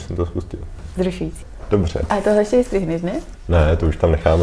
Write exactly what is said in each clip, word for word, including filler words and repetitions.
jsem to spustil. Zrušující. Dobře. A tohle ještě vystřihneš, ne? Ne, to už tam necháme.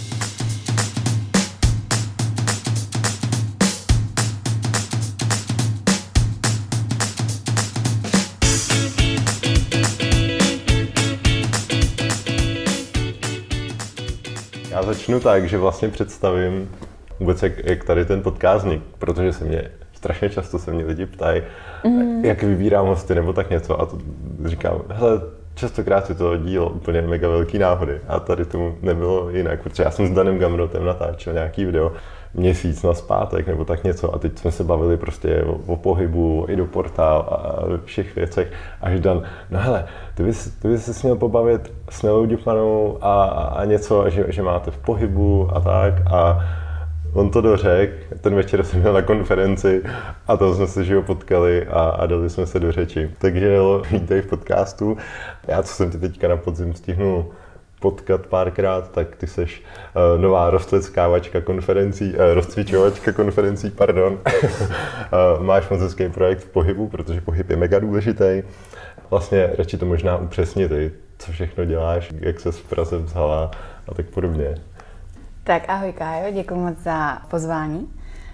Já začnu tak, že vlastně představím vůbec, jak, jak tady ten podcast vznik, protože se mě strašně často se mě lidi ptají, mm. jak vybírám hosty nebo tak něco a to říkám, hele, častokrát je to dílo úplně mega velký náhody a tady tomu nebylo jinak, protože já jsem s Danem Gamrotem natáčel nějaký video měsíc na zpátek nebo tak něco a teď jsme se bavili prostě o, o pohybu, i do portál a všech věcech. Až Dan, no hele, ty bys, ty bys se měl pobavit s Nelou Dupmanou a, a něco, že, že máte v pohybu a tak a on to dořekl, ten večer jsem měl na konferenci a tam jsme se živo potkali a, a dali jsme se do řeči. Takže jo, vítej v podcastu. Já, co jsem ti teďka na podzim stihnul potkat párkrát, tak ty seš uh, nová roztleckávačka konferencí, uh, rozcvičovačka konferencí, pardon. uh, máš moc hezký projekt v pohybu, protože pohyb je mega důležitý. Vlastně radši to možná upřesnit, ty, co všechno děláš, jak ses v Praze vzala a tak podobně. Tak ahoj Kájo, děkuji moc za pozvání.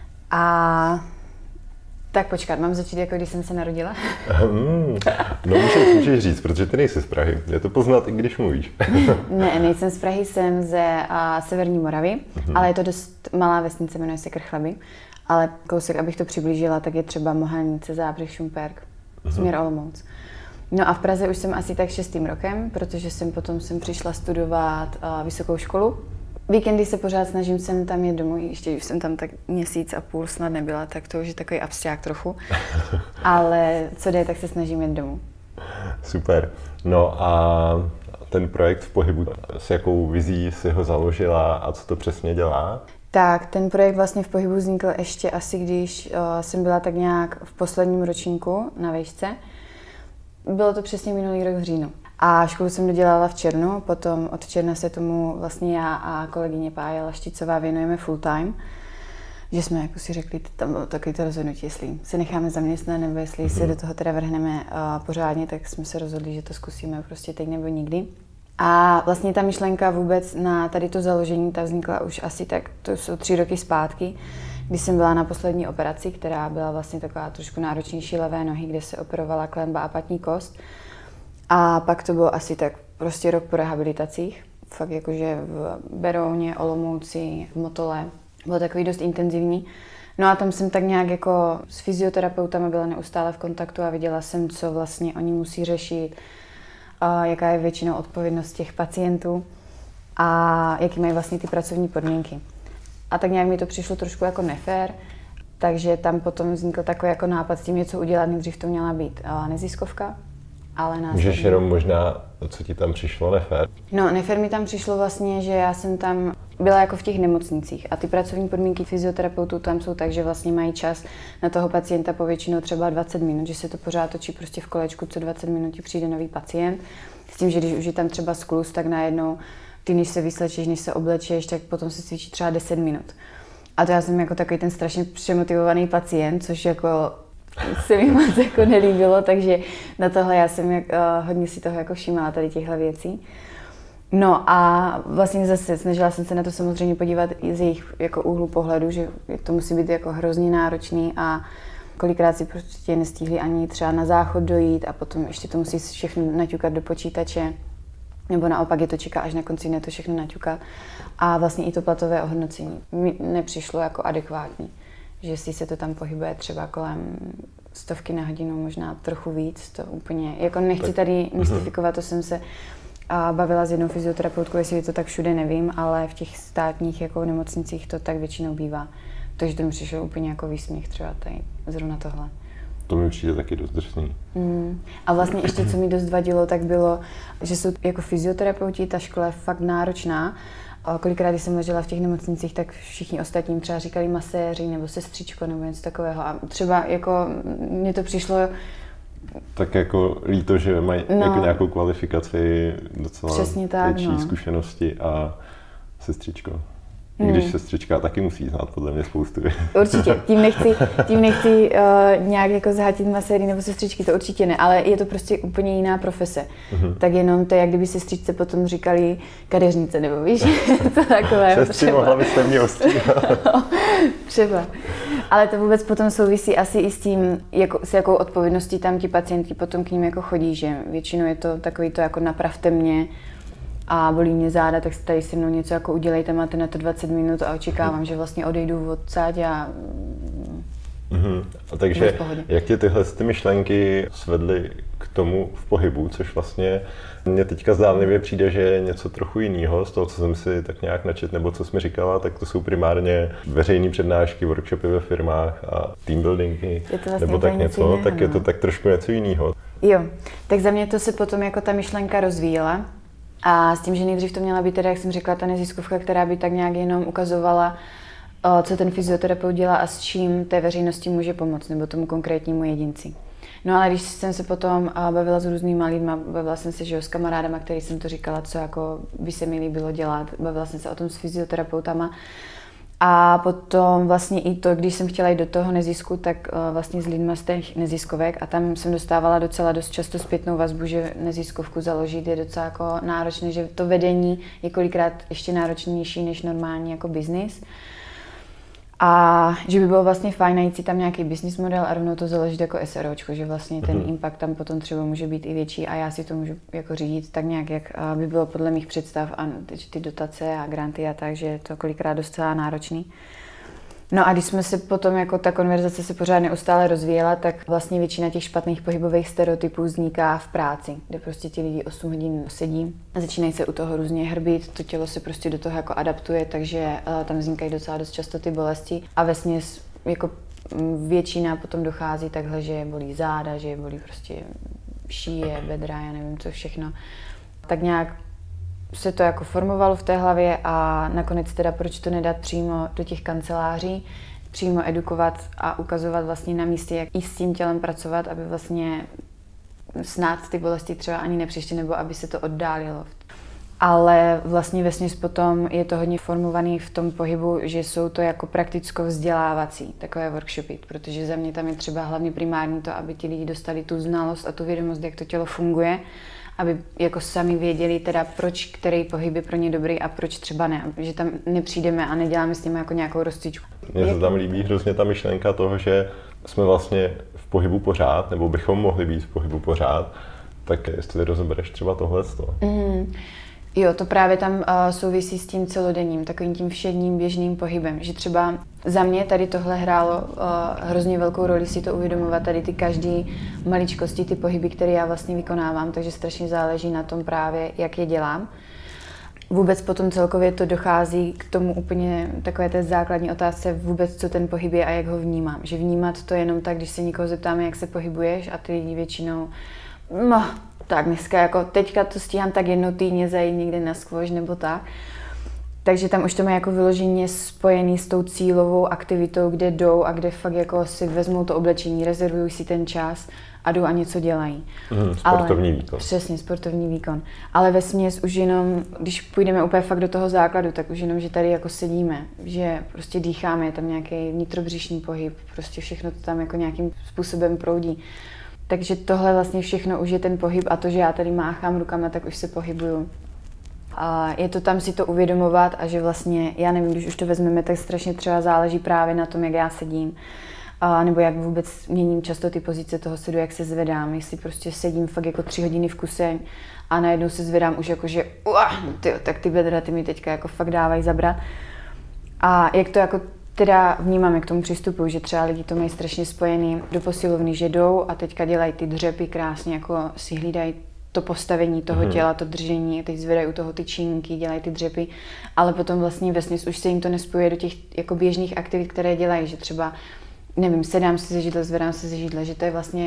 A tak počkat, mám začít jako když jsem se narodila? Hmm, no můžeš, můžeš říct, protože ty nejsi z Prahy. Je to poznat, i když mluvíš. Ne, nejsem z Prahy, jsem ze a, Severní Moravy, mm-hmm. ale je to dost malá vesnice, jmenuje se Krchleby. Ale kousek, abych to přiblížila, tak je třeba Mohelnice, Zábřeh, Šumperk, mm-hmm. směr Olomouc. No a v Praze už jsem asi tak šestým rokem, protože jsem potom jsem přišla studovat a, vysokou školu. Víkendy se pořád snažím sem tam jet domů, ještě už jsem tam tak měsíc a půl snad nebyla, tak to už je takový abstrakt trochu. Ale co jde, tak se snažím jet domů. Super. No a ten projekt v pohybu, s jakou vizí si ho založila a co to přesně dělá? Tak, ten projekt vlastně v pohybu vznikl ještě asi, když uh, jsem byla tak nějak v posledním ročníku na vejšce. Bylo to přesně minulý rok v říjnu. A školu jsem dodělala v červnu, potom od června se tomu vlastně já a kolegyně Pája Lašticová věnujeme full time. Že jsme jako si řekli, tam bylo takový to rozhodnutí, jestli se necháme zaměstnat nebo jestli mm-hmm. se do toho teda vrhneme uh, pořádně, tak jsme se rozhodli, že to zkusíme prostě teď nebo nikdy. A vlastně ta myšlenka vůbec na tady to založení, ta vznikla už asi tak, to jsou tři roky zpátky, kdy jsem byla na poslední operaci, která byla vlastně taková trošku náročnější levé nohy, kde se operovala klenba a patní kost. A pak to bylo asi tak prostě rok po rehabilitacích, fakt jakože v Berouně, Olomouci, v Motole, bylo takový dost intenzivní. No a tam jsem tak nějak jako s fyzioterapeutama byla neustále v kontaktu a viděla jsem, co vlastně oni musí řešit, a jaká je většinou odpovědnost těch pacientů a jaký mají vlastně ty pracovní podmínky. A tak nějak mi to přišlo trošku jako nefér, takže tam potom vznikl takový jako nápad s tím něco udělat, nejdřív to měla být neziskovka. Ale následně... Můžeš jenom možná, co ti tam přišlo nefér? No, nefér mi tam přišlo vlastně, že já jsem tam byla jako v těch nemocnicích a ty pracovní podmínky fyzioterapeutů tam jsou tak, že vlastně mají čas na toho pacienta po většinou třeba dvacet minut, že se to pořád točí prostě v kolečku, co dvacet minut přijde nový pacient. S tím, že když už je tam třeba skluz, tak najednou ty, než se vyslečeš, než se oblečeš, tak potom se cvičí třeba deset minut. A to já jsem jako takový ten strašně přemotivovaný pacient, což jako se mi moc jako nelíbilo, takže na tohle já jsem jak, uh, hodně si toho jako všímala tady těchto věcí. No a vlastně zase snažila jsem se na to samozřejmě podívat i z jejich jako úhlu pohledu, že to musí být jako hrozně náročný a kolikrát si prostě nestíhli ani třeba na záchod dojít a potom ještě to musí všechno naťukat do počítače, nebo naopak je to čeká až na konci, ne to všechno naťukat. A vlastně i to platové ohodnocení mi nepřišlo jako adekvátní. Že jestli se to tam pohybuje třeba kolem stovky na hodinu, možná trochu víc, to úplně, jako nechci tady mystifikovat, to jsem se a bavila s jednou fyzioterapeutkou, jestli je to tak všude, nevím, ale v těch státních jako nemocnicích to tak většinou bývá. Takže to mi přišlo úplně jako výsměch třeba tady, zrovna tohle. To mi přijde taky dost drsný. Mm. A vlastně ještě, co mi dost vadilo, tak bylo, že jsou jako fyzioterapeuti, ta škola je fakt náročná. A kolikrát, když jsem ležela v těch nemocnicích, tak všichni ostatní třeba říkali maséři nebo sestřičko nebo něco takového. A třeba jako mně to přišlo... Tak jako líto, že mají no, jako nějakou kvalifikaci, docela tak, větší no. zkušenosti a sestřičko. I když sestřička taky musí znát podle mě spoustu. Určitě, tím nechci, tím nechci uh, nějak jako zahatit maséry nebo sestřičky, to určitě ne, ale je to prostě úplně jiná profese. Mm-hmm. Tak jenom to je, jak kdyby sestřičce potom říkali kadeřnice, nebo víš, to takové. Sestři, mohla byste mě ostříhat. Třeba. Ale to vůbec potom souvisí asi i s tím, jako, s jakou odpovědností tam ti pacienti potom k ním jako chodí, že většinou je to takový to jako napravte mě a bolí mě záda, tak tady se mnou něco jako udělejte, máte na to dvacet minut a očekávám, že vlastně odejdu odsaď a... Mm-hmm. A takže jak tě tyhle ty myšlenky svedly k tomu v pohybu, což vlastně mně teďka zdánlivě přijde, že je něco trochu jiného z toho, co jsem si tak nějak načet, nebo co jsi mi říkala, tak to jsou primárně veřejné přednášky, workshopy ve firmách a team buildingy, vlastně nebo tak něco, jiného, tak je to tak trošku něco jiného. Jo, tak za mě to se potom jako ta myšlenka rozvíjela. A s tím, že nejdřív to měla být teda, jak jsem řekla, ta neziskovka, která by tak nějak jenom ukazovala, co ten fyzioterapeut dělá a s čím té veřejnosti může pomoct, nebo tomu konkrétnímu jedinci. No ale když jsem se potom bavila s různýma lidma, bavila jsem se, že jo, s kamarádama, který jsem to říkala, co jako by se mi líbilo dělat, bavila jsem se o tom s fyzioterapeutama. A potom vlastně i to, když jsem chtěla jít do toho nezisku, tak vlastně s lidma z těch neziskovek a tam jsem dostávala docela dost často zpětnou vazbu, že neziskovku založit je docela jako náročné, že to vedení je kolikrát ještě náročnější než normální jako biznis. A že by bylo vlastně fajn najít si tam nějaký business model a rovnou to založit jako SROčko, že vlastně ten impact tam potom třeba může být i větší a já si to můžu jako řídit tak nějak, jak by bylo podle mých představ a ty dotace a granty a tak, že je to kolikrát docela náročný. No a když jsme se potom, jako ta konverzace se pořád neustále rozvíjela, tak vlastně většina těch špatných pohybových stereotypů vzniká v práci, kde prostě ti lidi osm hodin sedí a začínají se u toho různě hrbit, to tělo se prostě do toho jako adaptuje, takže uh, tam vznikají docela dost často ty bolesti a vesměs jako většina potom dochází takhle, že je bolí záda, že je bolí prostě šíje, bedra, já nevím co všechno. Tak nějak se to jako formovalo v té hlavě a nakonec teda proč to nedat přímo do těch kanceláří, přímo edukovat a ukazovat vlastně na místě, jak i s tím tělem pracovat, aby vlastně snad ty bolesti třeba ani nepřišly, nebo aby se to oddálilo. Ale vlastně vesměs potom je to hodně formovaný v tom pohybu, že jsou to jako prakticko-vzdělávací takové workshopy, protože za mě tam je třeba hlavně primární to, aby ti lidi dostali tu znalost a tu vědomost, jak to tělo funguje, aby jako sami věděli teda, proč který pohyb je pro ně dobrý a proč třeba ne, že tam nepřijdeme a neděláme s nimi jako nějakou rozcvičku. Mně se tam líbí hrozně ta myšlenka toho, že jsme vlastně v pohybu pořád, nebo bychom mohli být v pohybu pořád, tak jestli rozebereš třeba tohleto. Mm. Jo, to právě tam uh, souvisí s tím celodenním, takovým tím všedním běžným pohybem, že třeba za mě tady tohle hrálo uh, hrozně velkou roli si to uvědomovat, tady ty každý maličkosti, ty pohyby, které já vlastně vykonávám, takže strašně záleží na tom právě, jak je dělám. Vůbec potom celkově to dochází k tomu úplně takové té základní otázce vůbec, co ten pohyb je a jak ho vnímám. Že vnímat to jenom tak, když se někoho zeptáme, jak se pohybuješ a ty lidi většinou no, tak dneska jako teďka to stíhám tak jednotýdně zajít někde na skvoš nebo tak. Takže tam už to má jako vyloženě spojený s tou cílovou aktivitou, kde jdou a kde fakt jako si vezmou to oblečení, rezervují si ten čas a jdou a něco dělají. Mm, sportovní Ale, výkon. Přesně, sportovní výkon. Ale vesměs už jenom, když půjdeme úplně fakt do toho základu, tak už jenom, že tady jako sedíme, že prostě dýcháme, je tam nějaký vnitrobřišní pohyb, prostě všechno to tam jako nějakým způsobem proudí. Takže tohle vlastně všechno už je ten pohyb a to, že já tady máchám rukama, tak už se pohybuju. A je to tam si to uvědomovat a že vlastně, já nevím, když už to vezmeme, tak strašně třeba záleží právě na tom, jak já sedím. A nebo jak vůbec měním často ty pozice toho sedu, jak se zvedám, jestli prostě sedím fakt jako tři hodiny v kuse a najednou se zvedám už jako, že uah, tyjo, tak ty bedra ty mi teďka jako fakt dávají zabrat. A jak to jako teda vnímáme k tomu přístupu, že třeba lidi to mají strašně spojený do posilovny, že jdou a teďka dělají ty dřepy krásně, jako si hlídají to postavení toho těla, to držení, teď zvedají u toho ty činky, dělají ty dřepy, ale potom vlastně vesměs už se jim to nespojuje do těch jako běžných aktivit, které dělají, že třeba, nevím, sedám si ze židle, zvedám se ze židle, že to je vlastně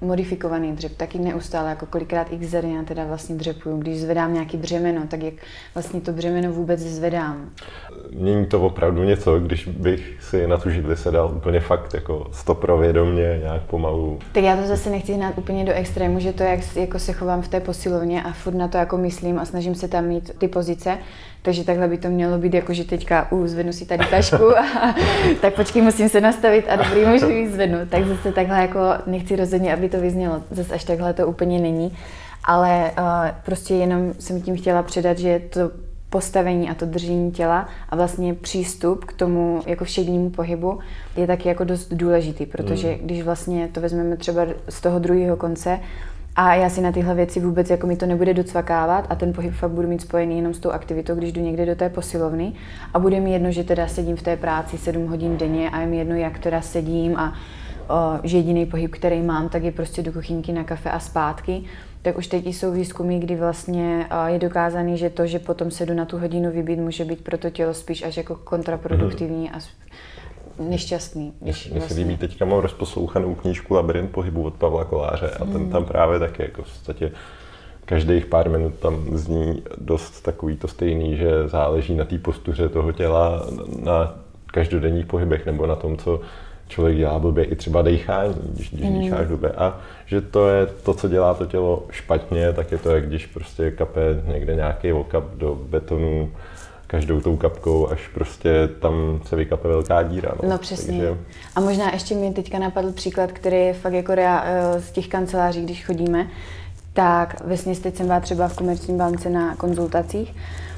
modifikovaný dřep, taky neustále, jako kolikrát x zrna teda vlastně dřepuju. Když zvedám nějaký břemeno, tak jak vlastně to břemeno vůbec zvedám. Mění to opravdu něco, když bych si na tu židli sedal úplně fakt jako stoprovědomě, nějak pomalu. Tak já to zase nechci hnát úplně do extrému, že to, jak jako se chovám v té posilovně a furt na to jako myslím a snažím se tam mít ty pozice, takže takhle by to mělo být, jako že teďka uh, zvednu si tady tašku a tak počkej, musím se nastavit a dobrý, můžu ji zvednout. Tak zase takhle jako nechci rozhodně, aby to vyznělo, zase až takhle to úplně není, ale uh, prostě jenom jsem tím chtěla předat, že to postavení a to držení těla a vlastně přístup k tomu jako všednímu pohybu je taky jako dost důležitý, protože když vlastně to vezmeme třeba z toho druhého konce a já si na tyhle věci vůbec jako mi to nebude docvakávat a ten pohyb fakt budu mít spojený jenom s tou aktivitou, když jdu někde do té posilovny a bude mi jedno, že teda sedím v té práci sedm hodin denně a je mi jedno, jak teda sedím a o, že jediný pohyb, který mám, tak je prostě do kuchynky na kafe a zpátky. Tak už teď jsou výzkumy, kdy vlastně je dokázaný, že to, že potom se jdu na tu hodinu vybít, může být pro to tělo spíš až jako kontraproduktivní a nešťastný. Mně se vlastně líbí, teďka mám rozposlouchanou knížku Labyrint pohybu od Pavla Koláře a ten tam právě taky jako v podstatě každých pár minut tam zní dost takový to stejný, že záleží na té postuře toho těla, na každodenních pohybech nebo na tom, co člověk dělá blbě, i třeba dýchání, když, když mm. dýcháš blbě. A že to je to, co dělá to tělo špatně, tak je to, jak když prostě kape někde nějaký okap do betonu každou tou kapkou, až prostě tam se vykape velká díra. No, no přesně. Takže... A možná ještě mi teďka napadl příklad, který je fakt jako rea, z těch kanceláří, když chodíme, tak vesměs teď jsem byla třeba v Komerční bance na konzultacích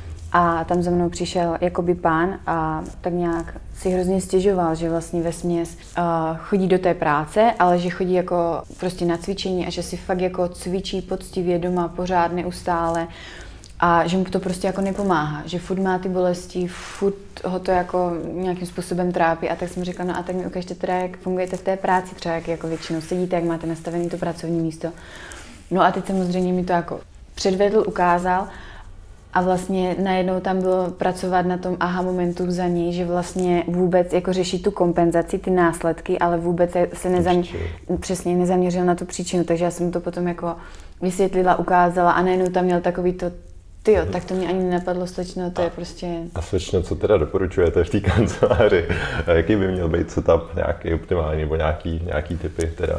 a tam za mnou přišel jakoby pán a tak nějak si hrozně stěžoval, že vlastně vesměs uh, chodí do té práce, ale že chodí jako prostě na cvičení a že si fakt jako cvičí poctivě doma pořád neustále a že mu to prostě jako nepomáhá, že furt má ty bolesti, furt ho to jako nějakým způsobem trápí a tak jsem řekla, no a tak mi ukažte teda, jak fungujete v té práci, třeba jak jako většinou sedíte, jak máte nastavené to pracovní místo. No a teď samozřejmě mi to jako předvedl, ukázal a vlastně najednou tam bylo pracovat na tom aha momentu za ní, že vlastně vůbec jako řešit tu kompenzaci, ty následky, ale vůbec se nezaměřil, přesně nezaměřil na tu příčinu, takže já jsem to potom jako vysvětlila, ukázala a najednou tam měl takový to, tyjo, tak to mě ani nenapadlo, slečno, to je prostě... A slečno, co teda doporučujete v té kanceláři? Jaký by měl být setup, nějaký optimální nebo nějaký, nějaký typy teda?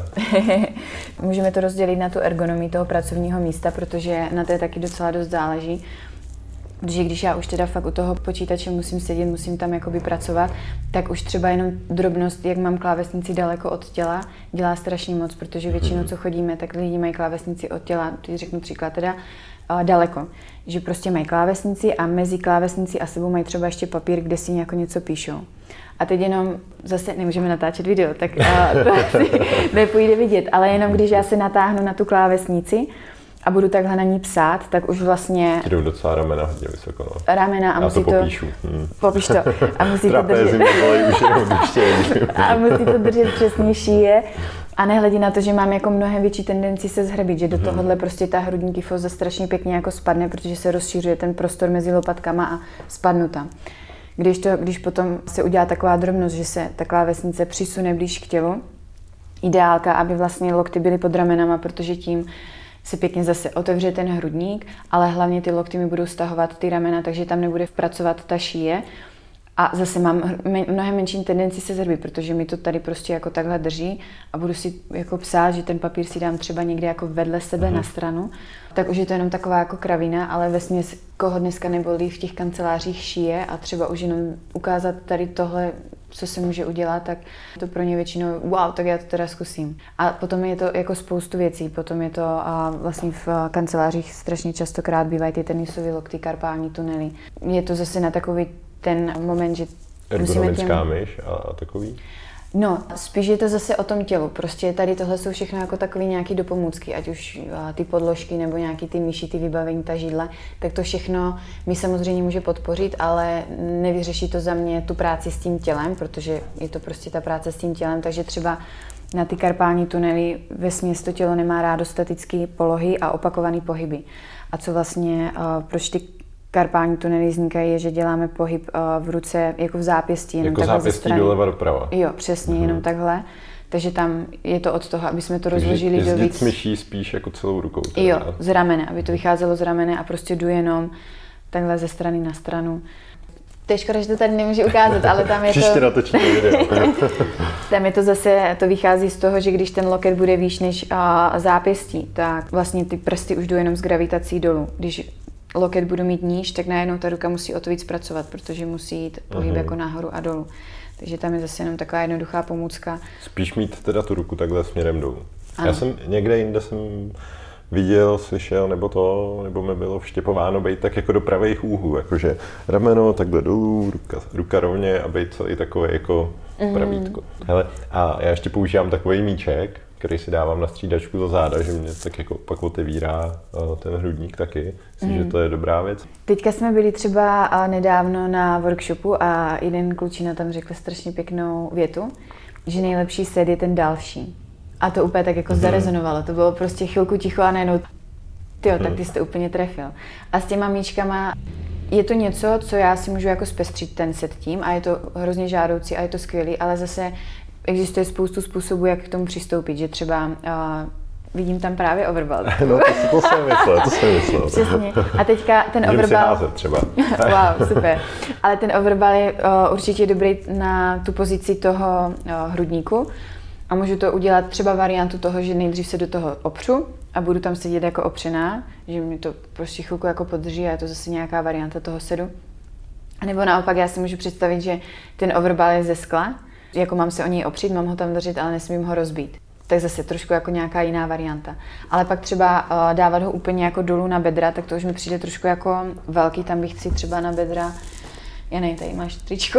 Můžeme to rozdělit na tu ergonomii toho pracovního místa, protože na to je taky docela dost záleží. Protože když já už teda fakt u toho počítače musím sedět, musím tam jakoby pracovat, tak už třeba jenom drobnost, jak mám klávesnici daleko od těla, dělá strašně moc, protože většinou, co chodíme, tak lidi mají klávesnici od těla, teď řeknu příklad teda, daleko. Že prostě mají klávesnici a mezi klávesnici a sebou mají třeba ještě papír, kde si jako něco píšou. A teď jenom, zase nemůžeme natáčet video, tak to asi nepůjde vidět, ale jenom když já se natáhnu na tu klávesnici a budu takhle na ní psát, tak už vlastně... Jdou docela ramena hodně vysoko, no. Ramena a já musí to popíšu. to... Hmm. Popíš to. A musí to držet... už jenom a musí to držet přesně šíje. A nehledí na to, že mám jako mnohem větší tendenci se zhrbit, že do tohohle prostě ta hrudní kyfoza strašně pěkně jako spadne, protože se rozšířuje ten prostor mezi lopatkama a spadnu tam. Když, to, když potom se udělá taková drobnost, že se ta klávesnice přisune blíž k tělu, ideálka, aby vlastně lokty byly pod ramenama, protože tím se pěkně zase otevře ten hrudník, ale hlavně ty lokty mi budou stahovat ty ramena, takže tam nebude pracovat ta šíje. A zase mám mnohem menší tendenci se zhrbit, protože mi to tady prostě jako takhle drží a budu si jako psát, že ten papír si dám třeba někde jako vedle sebe mm. na stranu, tak už je to jenom taková jako kravina, ale vesměs, koho dneska nebolí v těch kancelářích šíje a třeba už jenom ukázat tady tohle, co se může udělat, tak to pro ně většinou, wow, tak já to teda zkusím. A potom je to jako spoustu věcí, potom je to a vlastně v kancelářích strašně častokrát bývají ty tenisové lokty, karpální tunely. Je to zase na takový ten moment, že ergonomická těm... myš a takový? No, spíš je to zase o tom tělu. Prostě tady tohle jsou všechno jako takový nějaký dopomůcky, ať už ty podložky nebo nějaký ty myši, ty vybavení, ta židle, tak to všechno mi samozřejmě může podpořit, ale nevyřeší to za mě tu práci s tím tělem, protože je to prostě ta práce s tím tělem, takže třeba na ty karpální tunely vesměs to tělo nemá rádo statické polohy a opakované pohyby. A co vlastně, proč ty karpální tunely vznikají, je, že děláme pohyb v ruce jako v zápěstí. Jenom jako zápěstí doleva doprava. Jo, přesně, mm-hmm. jenom takhle. Takže tam je to od toho, aby jsme to rozložili do víc. S myší spíš jako celou rukou. Teda. Jo, z ramene, aby to vycházelo z ramene a prostě jdu jenom takhle ze strany na stranu. To je škoda, že to tady nemůžu ukázat, ale tam je to... Příště natočíme video. Tam je to zase, to vychází z toho, že když ten loket bude výš než a, zápěstí, tak vlastně ty prsty už jdou jenom s gravitací dolů. Když loket budu mít níž, tak najednou ta ruka musí o to víc pracovat, protože musí jít pohyb uh-huh. jako nahoru a dolů. Takže tam je zase jenom taková jednoduchá pomůcka. Spíš mít teda tu ruku takhle směrem dolů. Ano. Já jsem někde jinde jsem viděl, slyšel, nebo to, nebo mi bylo vštěpováno být tak jako do pravých úhlů, jakože rameno takhle dolů, ruka, ruka rovně a být celý takový jako mm. pravítko. Hele, a já ještě používám takový míček, který si dávám na střídačku za záda, že mě tak jako pak otevírá ten hrudník taky. Myslím, mm. že to je dobrá věc. Teďka jsme byli třeba nedávno na workshopu a jeden klučina tam řekl strašně pěknou větu, že nejlepší set je ten další. A to úplně tak jako mm. zarezonovalo. To bylo prostě chvilku ticho a najednou tyjo, tak ty jste úplně trefil. A s těma míčkama je to něco, co já si můžu jako zpestřit ten set tím a je to hrozně žádoucí a je to skvělý, ale zase existuje spoustu způsobů, jak k tomu přistoupit, že třeba uh, vidím tam právě overball. No to, to jsem myslel, to jsem myslel. Přesně. A teďka ten Můžeme overball... si házet třeba. Wow, super. Ale ten overball je uh, určitě dobrý na tu pozici toho uh, hrudníku. A můžu to udělat třeba variantu toho, že nejdřív se do toho opřu a budu tam sedět jako opřená, že mi to prostě chvilku jako podrží a je to zase nějaká varianta toho sedu. A nebo naopak já si můžu představit, že ten overball je ze skla, jako mám se o něj opřít, mám ho tam držet, ale nesmím ho rozbít. Tak zase trošku jako nějaká jiná varianta. Ale pak třeba uh, dávat ho úplně jako dolů na bedra, tak to už mi přijde trošku jako velký, tam bych si třeba na bedra. Já nevím, tady máš tričko,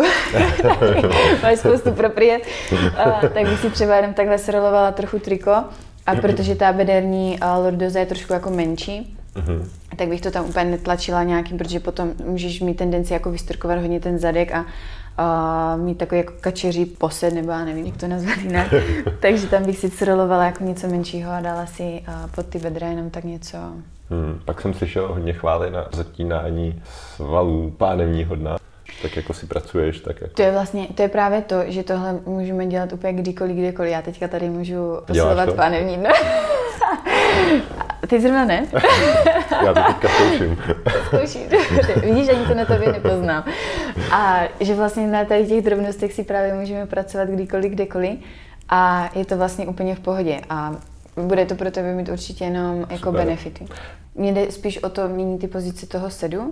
máš spoustu propriet, uh, tak bych si třeba jenom takhle srolovala trochu triko, a protože ta bederní uh, lordoza je trošku jako menší, uh-huh. tak bych to tam úplně netlačila nějakým, protože potom můžeš mít tendenci jako vystrkovat hodně ten zadek a uh, mít takový jako kačeří posed, nebo já nevím, jak to nazvat jinak. Takže tam bych si srolovala jako něco menšího a dala si uh, pod ty bedra jenom tak něco. Hmm, pak jsem slyšel hodně chvály na zatínání svalů pánevního dna. Tak jako si pracuješ, tak jako... To je vlastně, to je právě to, že tohle můžeme dělat úplně kdykoliv, kdekoliv. Já teďka tady můžu posilovat pánevní dno. Ty zrovna ne? Já to teďka zkouším. Zkoušíš. Vidíš, ani to na tobě nepoznám. A že vlastně na tady těch drobnostech si právě můžeme pracovat kdykoliv, kdekoliv. A je to vlastně úplně v pohodě. A bude to pro tebe mít určitě jenom jako benefity. Mně jde spíš o to měnit ty pozice toho sedu.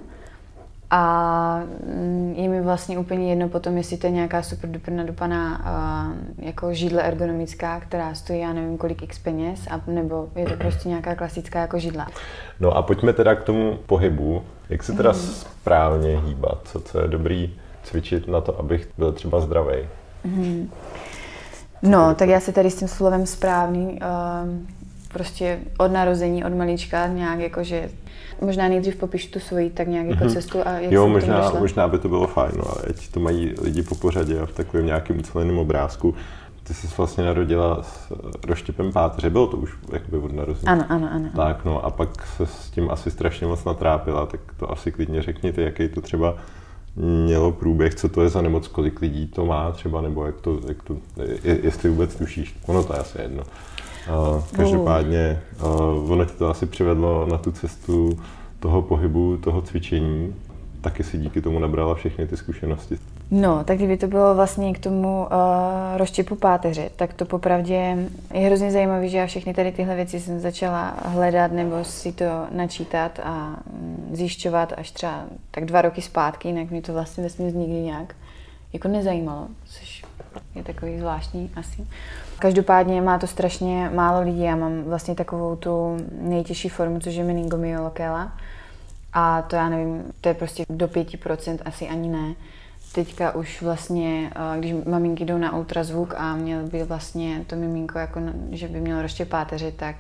A je mi vlastně úplně jedno potom, jestli to je nějaká super duper nadupaná uh, jako židle ergonomická, která stojí já nevím kolik x peněz, a, nebo je to prostě nějaká klasická jako židla. No a pojďme teda k tomu pohybu. Jak se teda mm. správně hýbat? Co, co je dobrý cvičit na to, abych byl třeba zdravý? Mm. No, tak já se tady s tím slovem správný uh, prostě od narození, od malička nějak jakože možná nejdřív popíšu tu svoji tak nějak jako cestu a jak jo, jsem možná, došla. možná by to bylo fajn, no, ale ať to mají lidi po pořadě a v takovém nějakém uceleném obrázku. Ty jsi vlastně narodila s rozštěpem páteře, bylo to už jakoby od narození. Ano, ano, ano. Tak no a pak se s tím asi strašně moc natrápila, tak to asi klidně řekni ty, jaký to třeba mělo průběh, co to je za nemoc, kolik lidí to má třeba, nebo jak to, jak to jestli vůbec tušíš, ono to je asi jedno. Uh, každopádně uh, ono ti to asi přivedlo na tu cestu toho pohybu, toho cvičení. Taky si díky tomu nabrala všechny ty zkušenosti. No, tak kdyby to bylo vlastně k tomu uh, rozštěpu páteře, tak to popravdě je hrozně zajímavé, že já všechny tady tyhle věci jsem začala hledat nebo si to načítat a zjišťovat až třeba tak dva roky zpátky, jinak mě to vlastně vesměs nikdy nějak jako nezajímalo, což je takový zvláštní asi. Každopádně má to strašně málo lidí, já mám vlastně takovou tu nejtěžší formu, což je meningomyelokela. A to já nevím, to je prostě do pěti procent, asi ani ne. Teďka už vlastně, když maminky jdou na ultrazvuk a měl by vlastně to miminko, jako, že by mělo rozštěp páteře, tak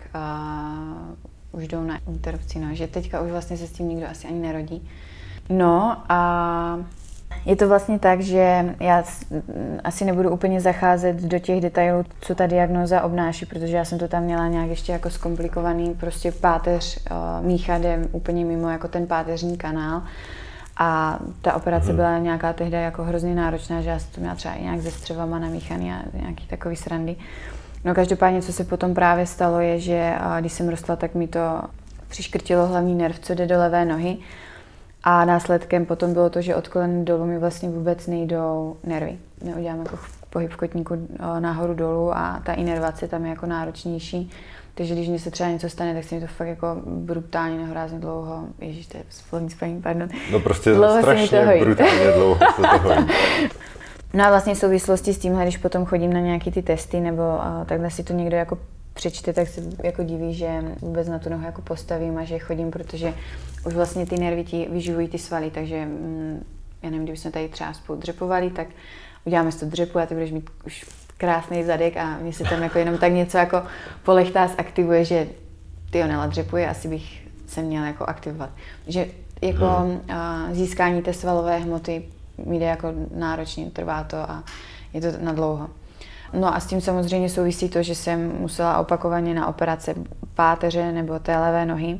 uh, už jdou na interrupci, no, že teďka už vlastně se s tím nikdo asi ani nerodí. No a je to vlastně tak, že já asi nebudu úplně zacházet do těch detailů, co ta diagnóza obnáší, protože já jsem to tam měla nějak ještě jako zkomplikovaný, prostě páteř uh, mícha jde úplně mimo jako ten páteřní kanál A ta operace hmm. byla nějaká tehdy jako hrozně náročná, že já jsem to měla třeba i nějak se střevama namíchaný a nějaký takový srandy. No každopádně, co se potom právě stalo, je, že když jsem rostla, tak mi to přiškrtilo hlavní nerv, co jde do levé nohy. A následkem potom bylo to, že od koleny dolů mi vlastně vůbec nejdou nervy. Neudělám jako pohyb v kotníku nahoru dolů a ta inervace tam je jako náročnější. Takže když mi se třeba něco stane, tak se mi to fakt jako brutálně nehorázně dlouho, ježiš, to je slovní spojení, pardon. No prostě strašně brutálně dlouho se to hojí. No a vlastně v souvislosti s tímhle, když potom chodím na nějaký ty testy nebo uh, takhle si to někdo jako přečte, tak se jako diví, že vůbec na tu nohu jako postavím a že chodím, protože už vlastně ty nervy ti vyživují ty svaly, takže mm, já nevím, kdybychom tady třeba spolu dřepovali, tak uděláme si to dřepu a ty budeš mít už krásný zadek a mě se tam jako jenom tak něco jako polechtá zaktivuje, že tyjo, Nela dřepuje, asi bych se měla jako aktivovat. Že jako hmm. uh, získání té svalové hmoty mi jde jako náročně, trvá to a je to na dlouho. No a s tím samozřejmě souvisí to, že jsem musela opakovaně na operace páteře nebo té levé nohy.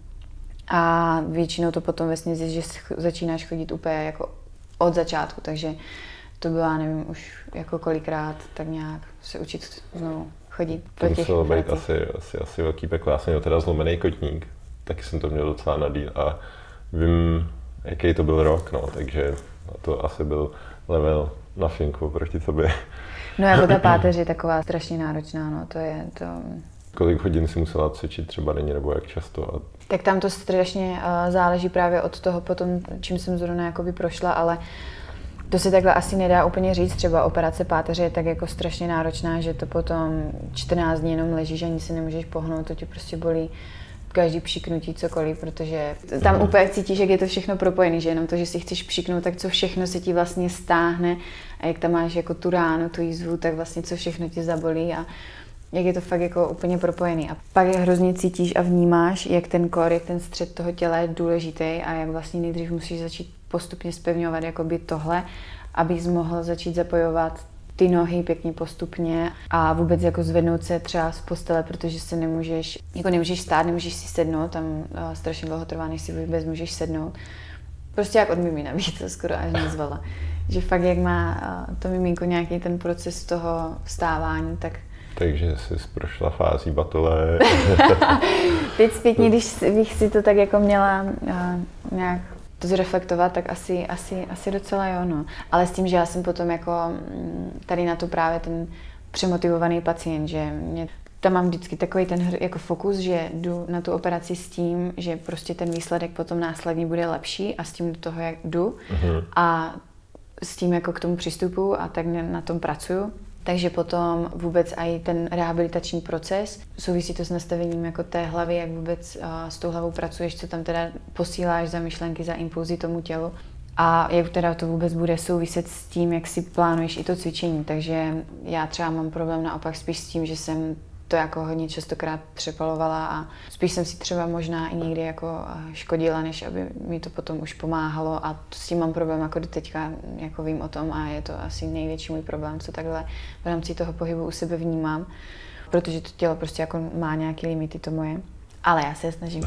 A většinou to potom vesně zjist, že začínáš chodit úplně jako od začátku, takže to byla, nevím, už jako kolikrát tak nějak se učit znovu chodit. To muselo být asi, asi, asi velký peklo. Já jsem měl teda zlomený kotník, taky jsem to měl docela nadýl a vím, jaký to byl rok, no, takže to asi byl level na finku proti tobě. No jako ta páteř je taková strašně náročná, no, to je to... Kolik hodin si musela cvičit třeba denně, nebo jak často? A... Tak tam to strašně uh, záleží právě od toho potom, čím jsem zrovna jakoby prošla, ale to se takhle asi nedá úplně říct, třeba operace páteře je tak jako strašně náročná, že to potom čtrnáct dní jenom ležíš, ani si nemůžeš pohnout, to tě prostě bolí každý pšiknutí cokoliv, protože tam mm. úplně cítíš, jak je to všechno propojené, že jenom to, že si chceš pšiknout, tak co všechno se ti vlastně stáhne a jak tam máš jako tu ránu, tu jízvu, tak vlastně co všechno tě zabolí a jak je to fakt jako úplně propojený. A pak je hrozně cítíš a vnímáš, jak ten kor, jak ten střed toho těla je důležitý a jak vlastně nejdřív musíš začít postupně zpevňovat jakoby tohle, abys mohl začít zapojovat ty nohy pěkně postupně a vůbec jako zvednout se třeba z postele, protože se nemůžeš, jako nemůžeš stát, nemůžeš si sednout, tam uh, strašně dlouho trvá, než si vůbec můžeš sednout. Prostě jak od mimina, bych to skoro až nazvala. Že fakt jak má uh, to miminko nějaký ten proces toho vstávání, tak takže jsi prošla fází batole. Teď zpětně, když bych si to tak jako měla uh, nějak to zreflektovat, tak asi, asi, asi docela jo, no. Ale s tím, že já jsem potom jako tady na to právě ten přemotivovaný pacient, že mě tam mám vždycky takový ten jako fokus, že jdu na tu operaci s tím, že prostě ten výsledek potom následně bude lepší a s tím do toho jak jdu uh-huh. a s tím jako k tomu přistupuji a tak na tom pracuju. Takže potom vůbec i ten rehabilitační proces, souvisí to s nastavením jako té hlavy, jak vůbec uh, s tou hlavou pracuješ, co tam teda posíláš za myšlenky, za impulzy tomu tělu a jak teda to vůbec bude souviset s tím, jak si plánuješ i to cvičení. Takže já třeba mám problém naopak spíš s tím, že jsem to jako hodně častokrát přepalovala a spíš jsem si třeba možná i někdy jako škodila, než aby mi to potom už pomáhalo a s tím mám problém jako do teďka, jako vím o tom a je to asi největší můj problém, co takhle v rámci toho pohybu u sebe vnímám, protože to tělo prostě jako má nějaké limity to moje, ale já se je snažím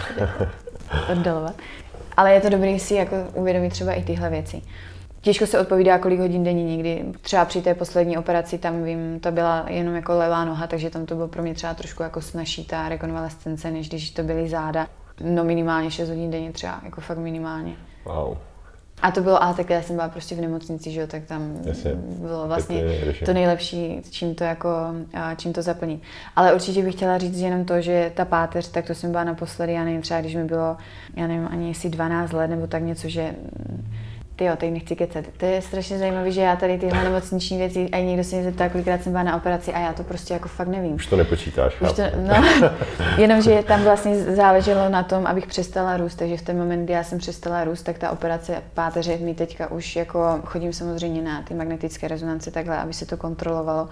oddalovat. Ale je to dobré si jako uvědomit třeba i tyhle věci. Těžko se odpovídá, kolik hodin denně někdy. Třeba při té poslední operaci, tam vím, to byla jenom jako levá noha, takže tam to bylo pro mě třeba trošku jako snazší ta rekonvalescence, než když to byly záda. No minimálně šest hodin denně třeba, jako fakt minimálně. Wow. A to bylo, ale tak já jsem byla prostě v nemocnici, že jo, tak tam Jasně. bylo vlastně to nejlepší, čím to jako, čím to zaplnit. Ale určitě bych chtěla říct jenom to, že ta páteř, tak to jsem byla naposledy, já nevím, třeba když mi bylo, já nevím, ani jestli dvanáct let nebo tak něco, že tyjo, teď nechci kecat. To je strašně zajímavé, že já tady tyhle nemocniční věci, a někdo se mě zeptá, kolikrát jsem byla na operaci a já to prostě jako fakt nevím. Už to nepočítáš, Už to, no, jenomže tam vlastně záleželo na tom, abych přestala růst, takže v ten moment, kdy já jsem přestala růst, tak ta operace páteře mi teďka už jako chodím samozřejmě na ty magnetické rezonance takhle, aby se to kontrolovalo,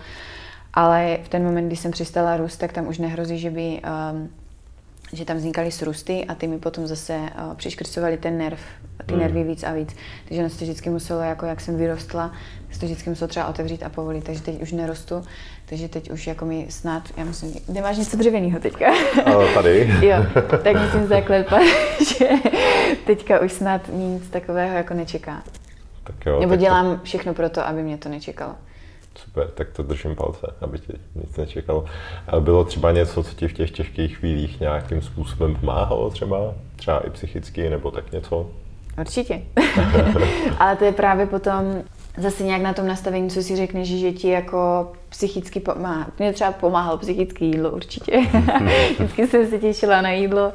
ale v ten moment, kdy jsem přestala růst, tak tam už nehrozí, že by um, že tam vznikaly srůsty a ty mi potom zase uh, přiškrcovaly ten nerv, ty mm. nervy víc a víc. Takže ono se to vždycky muselo, jako jak jsem vyrostla, se to vždycky muselo třeba otevřít a povolit, takže teď už nerostu, takže teď už jako mi snad, já myslím, nemáš něco dřevěného teďka? Ale tady. Jo, tak musím zaklepat, že teďka už snad nic takového jako nečeká. Tak jo, Nebo tak dělám to... všechno pro to, aby mě to nečekalo. Super, tak to držím palce, aby ti nic nečekalo. A bylo třeba něco, co ti v těch těžkých chvílích nějakým způsobem pomáhalo třeba? Třeba i psychicky, nebo tak něco? Určitě. Ale to je právě potom zase nějak na tom nastavení, co si řekneš, že ti jako psychicky pomáhá. Mně třeba pomáhalo psychické jídlo určitě. Vždycky jsem se těšila na jídlo.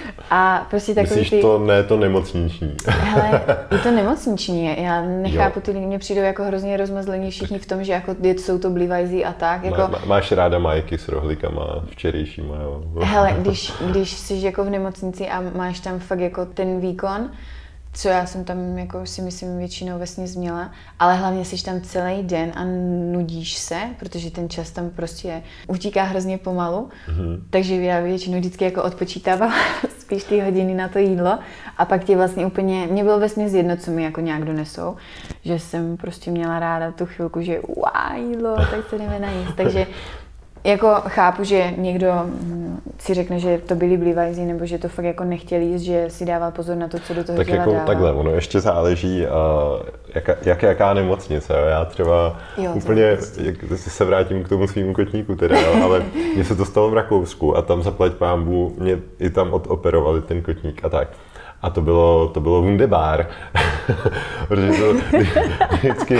A prostě takový Myslíš ty... to, ne to nemocniční? Hele, je to nemocniční. Já nechápu, jo. Ty lidi mě přijdou jako hrozně rozmazlení všichni v tom, že jako jsou to blívajzí a tak. Jako... Má, máš ráda majky s rohlíkama včerejšíma, jo? Hele, když, když jsi jako v nemocnici a máš tam fakt jako ten výkon, co já jsem tam jako si myslím většinou vesměs měla, ale hlavně jsi tam celý den a nudíš se, protože ten čas tam prostě utíká hrozně pomalu, mm-hmm. takže já většinou vždycky jako odpočítávala spíš ty hodiny na to jídlo a pak ti vlastně úplně, mě bylo vesměs jedno, co mi jako nějak donesou, že jsem prostě měla ráda tu chvilku, že uá, jídlo, tak se jdeme najíst, takže jako chápu, že někdo si řekne, že to byli blívajzí, nebo že to fakt jako nechtěli jíst, že si dával pozor na to, co do toho tak těla jako dává. Takhle, ono ještě záleží, uh, jaká, jak, jaká nemocnice. Jo? Já třeba jo, úplně, jak, se vrátím k tomu svýmu kotníku teda, jo? Ale mně se to stalo v Rakousku a tam zaplať pánbů, mě i tam odoperovali ten kotník a tak. A to bylo, to bylo wunderbar, protože to vždycky,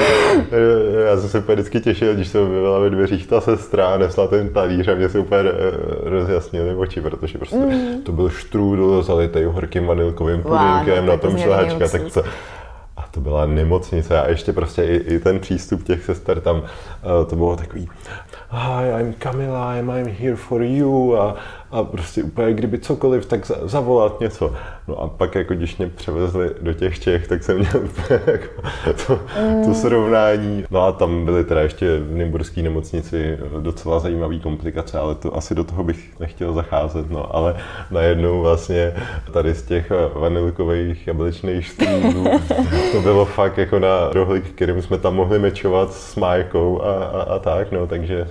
já jsem se úplně vždycky těšil, když jsem byla ve dveřích ta sestra a nesla ten talíř a mě se úplně rozjasnily oči, protože prostě mm. to byl štrůdl zalitej horkým vanilkovým pudinkem, no, na tom šlehačka, tak to, a to byla nemocnice a ještě prostě i, i ten přístup těch sester tam, to bylo takový Hi, I'm Camila, I'm, I'm here for you a, a prostě úplně kdyby cokoliv, tak za, zavolat něco. No a pak jako když mě převezli do těch Čech, tak jsem měl úplně jako to, mm. to srovnání. No a tam byly teda ještě v nymburské nemocnici docela zajímavé komplikace, ale to asi do toho bych nechtěl zacházet. No ale najednou vlastně tady z těch vanilkových jablečných strůdů to bylo fakt jako na rohlík, kterým jsme tam mohli mečovat s májkou a, a, a tak, no takže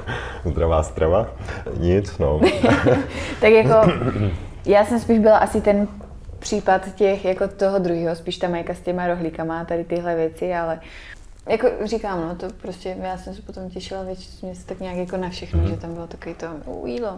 zdravá strava, nic, no. Tak jako, já jsem spíš byla asi ten případ těch, jako toho druhého, spíš ta majka s těma rohlíkama a tady tyhle věci, ale jako říkám, no, to prostě, já jsem se potom těšila většině tak nějak jako na všechno, mm-hmm. že tam bylo takový to uh, jídlo.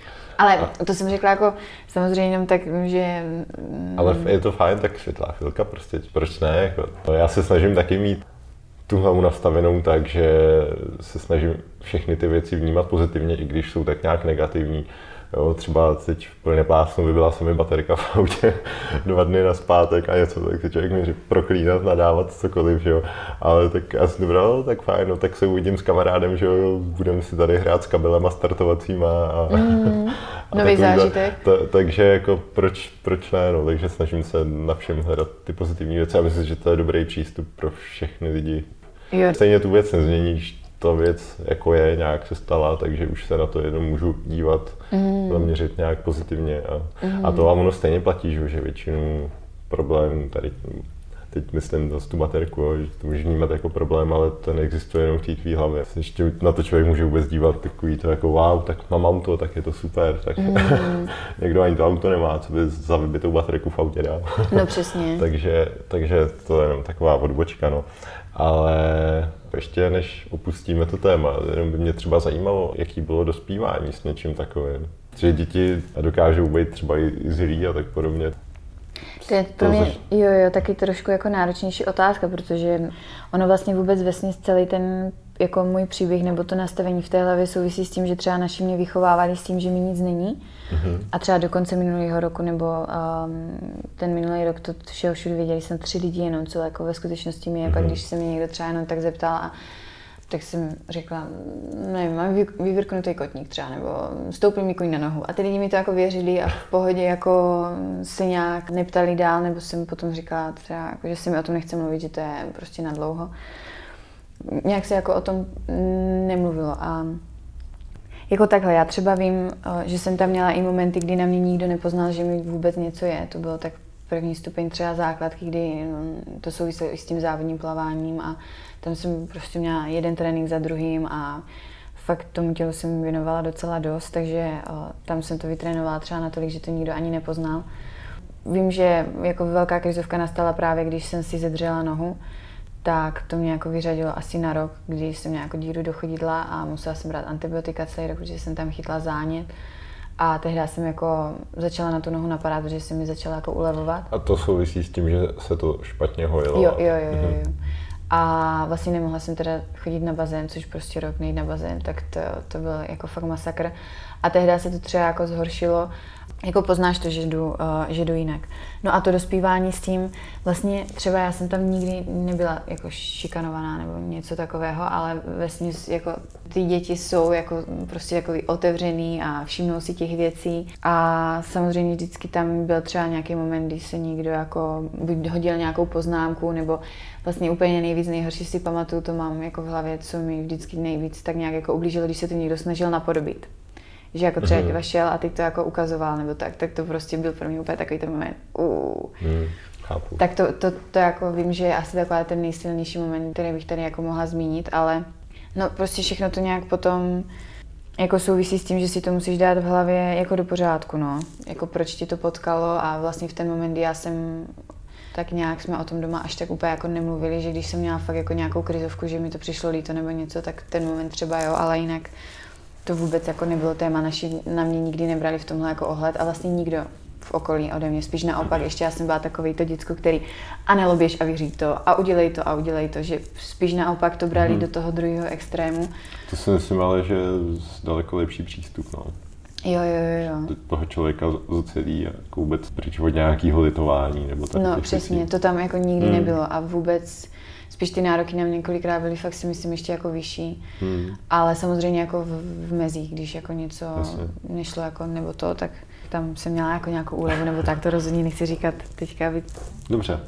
Ale to jsem řekla jako samozřejmě jenom tak, že... Ale je to fajn, tak světlá chvilka, prostě, proč ne, jako, já se snažím taky mít tu hlavu nastavenou tak, že se snažím všechny ty věci vnímat pozitivně, i když jsou tak nějak negativní. Jo, třeba teď v plné plásnu vybila se mi baterka v autě dva dny nazpátek a něco, tak se člověk může proklínat, nadávat cokoliv, že jo. Ale tak já jsem dobrý, tak fajn, no, tak se uvidím s kamarádem, že jo, budeme si tady hrát s kabelema startovacíma a, mm, a nový zážitek. Ta, takže jako proč, proč ne, no, takže snažím se na všem hledat ty pozitivní věci a myslím, že to je dobrý přístup pro všechny lidi. Jo. Stejně tu věc nezměníš, ta věc jako je, nějak se stala, takže už se na to jenom můžu dívat, mm. zaměřit nějak pozitivně a, mm. a to vám ono stejně platí, že většinu problémů tady, teď myslím zase tu baterku, jo, že to můžeš vnímat jako problém, ale to neexistuje jenom v té tvý hlavě. Ještě na to člověk může vůbec dívat takový to jako wow, tak mám auto, tak je to super, tak mm. někdo ani to auto nemá, co by za vybitou baterku v autě dál. No přesně. takže, takže to je jenom taková odbočka, no. Ale ještě než opustíme to téma, jenom by mě třeba zajímalo, jaký bylo dospívání s něčím takovým. Že děti dokážou být třeba i zlí a tak podobně. To je pro mě, jo, jo, taky trošku jako náročnější otázka, protože ono vlastně vůbec vesměs celý ten jako můj příběh nebo to nastavení v té hlavě souvisí s tím, že třeba naši mě vychovávali s tím, že mi nic není. Mm-hmm. A třeba do konce minulého roku nebo um, ten minulý rok to všeho všude věděli jsem tři lidi jenom, co jako ve skutečnosti mi je. Mm-hmm. Pak když se mě někdo třeba jenom tak zeptal a tak jsem řekla, nevím, mám vyvrknutý kotník třeba, nebo stoupil mi kůň na nohu. A ty lidi mi to jako věřili a v pohodě jako se nějak neptali dál, nebo jsem potom říkala třeba, jako, že si mi o tom nechce mluvit, že to je prostě na dlouho. Nějak se jako o tom nemluvilo. A jako takhle, já třeba vím, že jsem tam měla i momenty, kdy na mě nikdo nepoznal, že mi vůbec něco je. To bylo tak první stupeň třeba základky, kdy to souviselo i s tím závodním plaváním a tam jsem prostě měla jeden trénink za druhým a fakt tomu tělu jsem věnovala docela dost, takže o, tam jsem to vytrénovala třeba natolik, že to nikdo ani nepoznal. vím, že jako velká krizovka nastala právě, když jsem si zedřela nohu, tak to mě jako vyřadilo asi na rok, když jsem měla jako díru do chodidla a musela jsem brát antibiotika celý rok, protože jsem tam chytla zánět. A tehdy jsem jako začala na tu nohu napadat, protože se mi začala jako ulevovat. A to souvisí s tím, že se to špatně hojilo? Jo, jo, jo, jo, jo. A vlastně nemohla jsem teda chodit na bazén, což prostě rok nejít na bazén, tak to, to byl jako fakt masakr. A tehdy se to třeba jako zhoršilo, jako poznáš to, že jdu, uh, že jdu jinak. No a to dospívání s tím, vlastně třeba já jsem tam nikdy nebyla jako šikanovaná nebo něco takového, ale vlastně jako ty děti jsou jako prostě takový otevřený a všimnou si těch věcí. A samozřejmě vždycky tam byl třeba nějaký moment, kdy se někdo jako buď hodil nějakou poznámku, nebo vlastně úplně nejvíc, nejhorší si pamatuju, to mám jako v hlavě, co mi vždycky nejvíc tak nějak jako ublížilo, když se to někdo snažil napodobit. Že jako třeba mm. šel a teď to jako ukazoval nebo tak, tak to prostě byl pro mě úplně takový ten moment. Uh. Mm, chápu. Tak to, to, to jako vím, že je asi takový ten nejsilnější moment, který bych tady jako mohla zmínit, ale no prostě všechno to nějak potom jako souvisí s tím, že si to musíš dát v hlavě jako do pořádku, no. Jako proč ti to potkalo a vlastně v ten moment, kdy já jsem tak nějak jsme o tom doma až tak úplně jako nemluvili, že když jsem měla fakt jako nějakou krizovku, že mi to přišlo líto nebo něco, tak ten moment třeba jo, ale jinak to vůbec jako nebylo téma, naši na mě nikdy nebrali v tomhle jako ohled a vlastně nikdo v okolí ode mě, spíš naopak, ještě já jsem byla takový to děcko, který a neloběž a vyříď to a udělej to a udělej to, že spíš naopak to brali hmm. do toho druhého extrému. To si myslím ale, že je daleko lepší přístup, no. Jo, jo, jo. Toho člověka zocelí jako vůbec pryč od nějakého litování nebo tak. No přesně, věcí. To tam jako nikdy hmm. nebylo a vůbec spíš ty nároky na mě několikrát byly fakt si myslím ještě jako vyšší, hmm. ale samozřejmě jako v, v mezích, když jako něco Jasně. nešlo jako nebo to, tak tam jsem měla jako nějakou úlevu nebo tak, to rozhodně nechci říkat teďka. Dobře.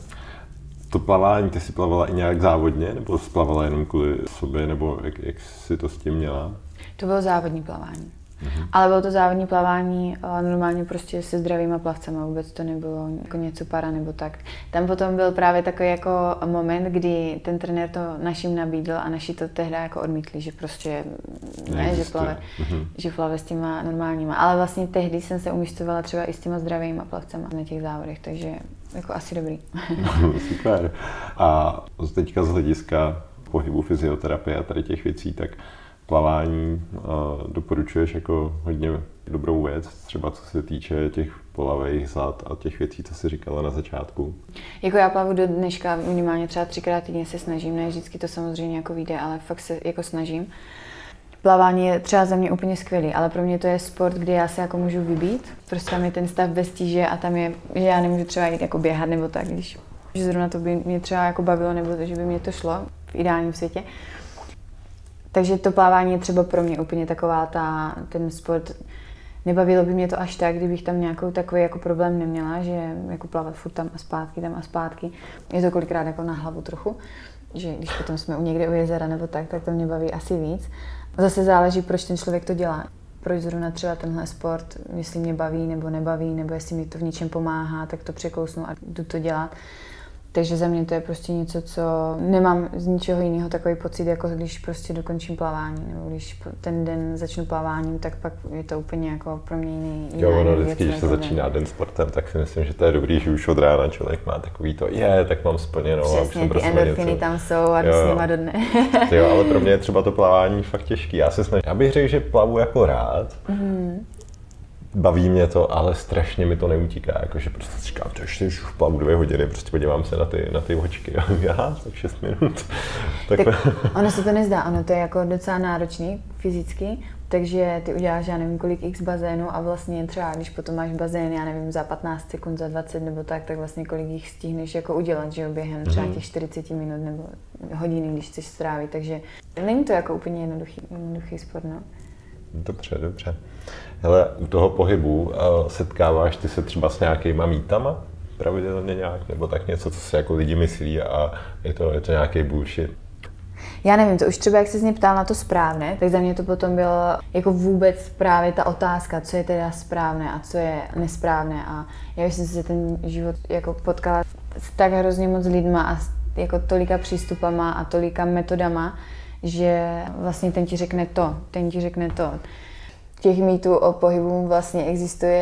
To plavání, ty jsi plavala i nějak závodně, nebo jsi plavala jenom kvůli sobě, nebo jak, jak jsi to s tím měla? To bylo závodní plavání. Mhm. Ale bylo to závodní plavání normálně prostě se zdravýma plavcema, vůbec to nebylo jako něco para nebo tak. Tam potom byl právě takový jako moment, kdy ten trenér to našim nabídl a naši to tehdy jako odmítli, že prostě ne, že plave, mhm. že plave s těma normálníma. Ale vlastně tehdy jsem se umisťovala třeba i s těma zdravýma plavcema na těch závodech, takže jako asi dobrý. Super. A teďka z hlediska pohybu, fyzioterapie a tady těch věcí, tak plavání uh, doporučuješ jako hodně dobrou věc, třeba co se týče těch polavejch zad a těch věcí, co jsi říkala na začátku? Jako já plavu do dneška minimálně třeba třikrát týdně se snažím, ne vždycky to samozřejmě jako vyjde, ale fakt se jako snažím. Plavání je třeba za mě úplně skvělý, ale pro mě to je sport, kde já se jako můžu vybít. Prostě tam je ten stav bez tíže a tam je, že já nemůžu třeba jít jako běhat nebo tak, když že zrovna to by mě třeba jako bavilo nebo to, že by mě to šlo v ideálním světě. Takže to plavání je třeba pro mě úplně taková ta, ten sport, nebavilo by mě to až tak, kdybych tam nějakou takový jako problém neměla, že jako plavat furt tam a zpátky, tam a zpátky. Je to kolikrát jako na hlavu trochu, že když potom jsme u někde u jezera nebo tak, tak to mě baví asi víc. Zase záleží, proč ten člověk to dělá. Proč zrovna třeba tenhle sport, jestli mě baví nebo nebaví, nebo jestli mi to v něčem pomáhá, tak to překousnu a jdu to dělat. Takže za mě to je prostě něco, co nemám z ničeho jiného takový pocit, jako když prostě dokončím plavání, nebo když ten den začnu plaváním, tak pak je to úplně jako pro mě jiný. Jo, ono vždycky, když se začíná den sportem, tak si myslím, že to je dobrý, že už od rána člověk má takový to, je, tak mám splněno. Přesně, ty endorfiny tam jsou a jdu s nima do dne. Jo, ale pro mě je třeba to plavání fakt těžký. Já se snažím, já bych řekl, že plavu jako rád. Mm-hmm. Baví mě to, ale strašně mi to neutíká, jakože prostě říkám, to ještě už plavu dvě hodiny, prostě podívám se na ty, na ty očky, aha, tak šest minut. Tak ono se to nezdá, ono to je jako docela náročný fyzicky, takže ty uděláš, já nevím, kolik x bazénů a vlastně třeba, když potom máš bazén, já nevím, za patnáct sekund, za dvacet nebo tak, tak vlastně kolik jich stihneš jako udělat, že jo, během třeba těch čtyřicet minut nebo hodiny, když chceš strávit, takže není to jako úplně jednoduchý, jednoduchý sport, no. Dobře, dobře. Hele, u toho pohybu setkáváš ty se třeba s nějakýma mýtama pravidelně nějak, nebo tak něco, co si jako lidi myslí a je to, je to nějaký bullshit? Já nevím, to už třeba jak se z mě ptal na to správné, tak za mě to potom bylo jako vůbec právě ta otázka, co je teda správné a co je nesprávné a já jsem se ten život jako potkala s tak hrozně moc lidma a s jako tolika přístupama a tolika metodama, že vlastně ten ti řekne to, ten ti řekne to. Těch mýtů o pohybu vlastně existuje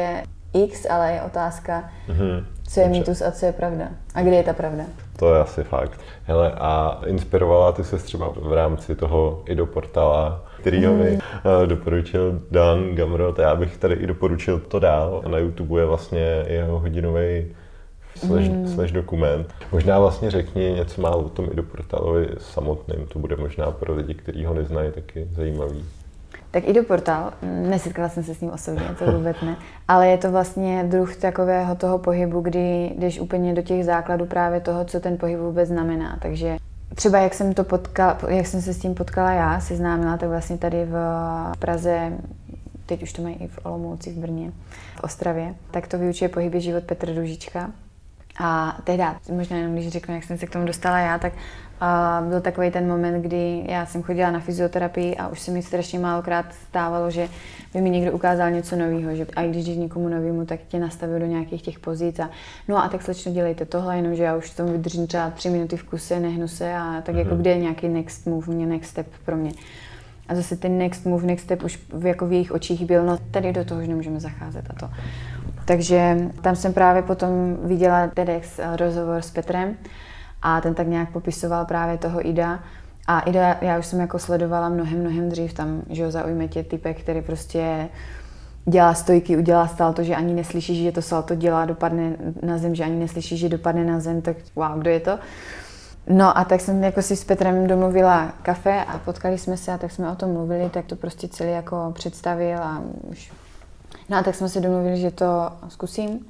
X, ale je otázka, mm-hmm. co je mýtus a co je pravda. A kde je ta pravda? To je asi fakt. Hele, a inspirovala ty se třeba v rámci toho i do portála, který mm. mi uh, doporučil Dan Gamrot. Já bych tady i doporučil to dál. Na YouTube je vlastně jeho hodinový slash, mm. slash dokument. Možná vlastně řekni něco málo o tom i do portálovi samotným. To bude možná pro lidi, kteří ho neznají, taky zajímavý. Tak i do portál, nesetkala jsem se s ním osobně, to vůbec ne, ale je to vlastně druh takového toho pohybu, kdy jdeš úplně do těch základů právě toho, co ten pohyb vůbec znamená. Takže třeba jak jsem, to potkala, jak jsem se s tím potkala já, seznámila, tak vlastně tady v Praze, teď už to mají i v Olomouci, v Brně, v Ostravě, tak to vyučuje pohyby život Petr Růžička. A tehda, možná jenom když řeknu, jak jsem se k tomu dostala já, tak a byl takový ten moment, kdy já jsem chodila na fyzioterapii a už se mi strašně málokrát stávalo, že by mi někdo ukázal něco nového, že a když jdeš někomu novému, tak tě nastavil do nějakých těch pozic a no a tak slečno dělejte tohle, jenomže já už v tom vydržím třeba tři minuty v kuse, nehnu se a tak jako kde je nějaký next move, mě next step pro mě. A zase ten next move, next step už v, jako v jejich očích byl, no tady do toho už nemůžeme zacházet a to. Takže tam jsem právě potom viděla TEDx rozhovor s Petrem a ten tak nějak popisoval právě toho Ida. A Ida, já už jsem jako sledovala mnohem, mnohem dřív, tam, že ho zaujme tě typek, který prostě dělá stojky, udělá salto, že ani neslyšíš, že to salto dělá, dopadne na zem, že ani neslyšíš, že dopadne na zem, tak wow, kdo je to? No a tak jsem jako si s Petrem domluvila kafe a potkali jsme se a tak jsme o tom mluvili, tak to prostě celý jako představil a už. No a tak jsme si domluvili, že to zkusím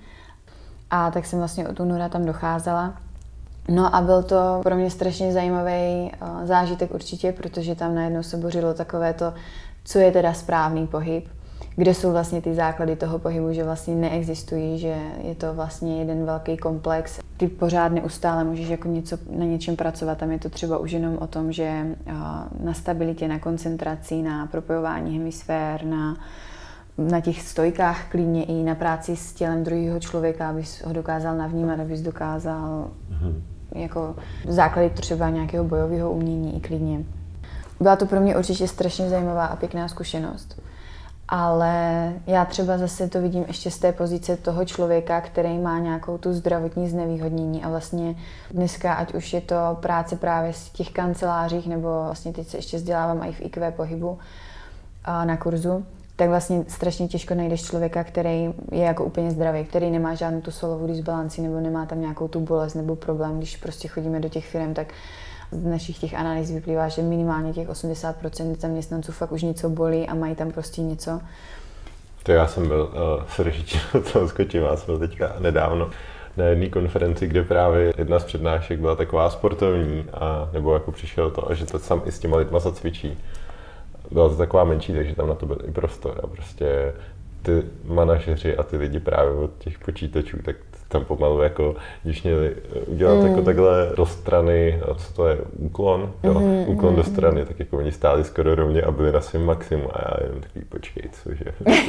a tak jsem vlastně od února tam docházela. No a byl to pro mě strašně zajímavý zážitek určitě, protože tam najednou se bořilo takové to, co je teda správný pohyb, kde jsou vlastně ty základy toho pohybu, že vlastně neexistují, že je to vlastně jeden velký komplex. Ty pořád neustále můžeš jako něco, na něčem pracovat, tam je to třeba už jenom o tom, že na stabilitě, na koncentraci, na propojování hemisfér, na na těch stojkách klidně i na práci s tělem druhého člověka, abys ho dokázal navnímat, abys dokázal mm. jako základy třeba nějakého bojového umění i klidně. Byla to pro mě určitě strašně zajímavá a pěkná zkušenost, ale já třeba zase to vidím ještě z té pozice toho člověka, který má nějakou tu zdravotní znevýhodnění a vlastně dneska, ať už je to práce právě v těch kancelářích, nebo vlastně teď se ještě vzdělávám i v í kvé pohybu na kurzu, tak vlastně strašně těžko najdeš člověka, který je jako úplně zdravý, který nemá žádnou tu solovou disbalanci nebo nemá tam nějakou tu bolest nebo problém. Když prostě chodíme do těch firm, tak z našich těch analýz vyplývá, že minimálně těch osmdesát procent zaměstnanců fakt už něco bolí a mají tam prostě něco. To já jsem byl, uh, sorry, že to skočím, já jsem byl teďka nedávno na jedné konferenci, kde právě jedna z přednášek byla taková sportovní, a, nebo jako přišel to, a že to sám i s těma lidma zacvičí. Byla to taková menší, takže tam na to byl i prostor a prostě ty manažeři a ty lidi právě od těch počítačů, tak tam pomalu jako, když měli udělat mm. jako takhle do strany, co to je, úklon, jo, mm, úklon mm, do strany, tak jako oni stáli skoro rovně a byli na svém maximu a já jenom takový počkej, cože.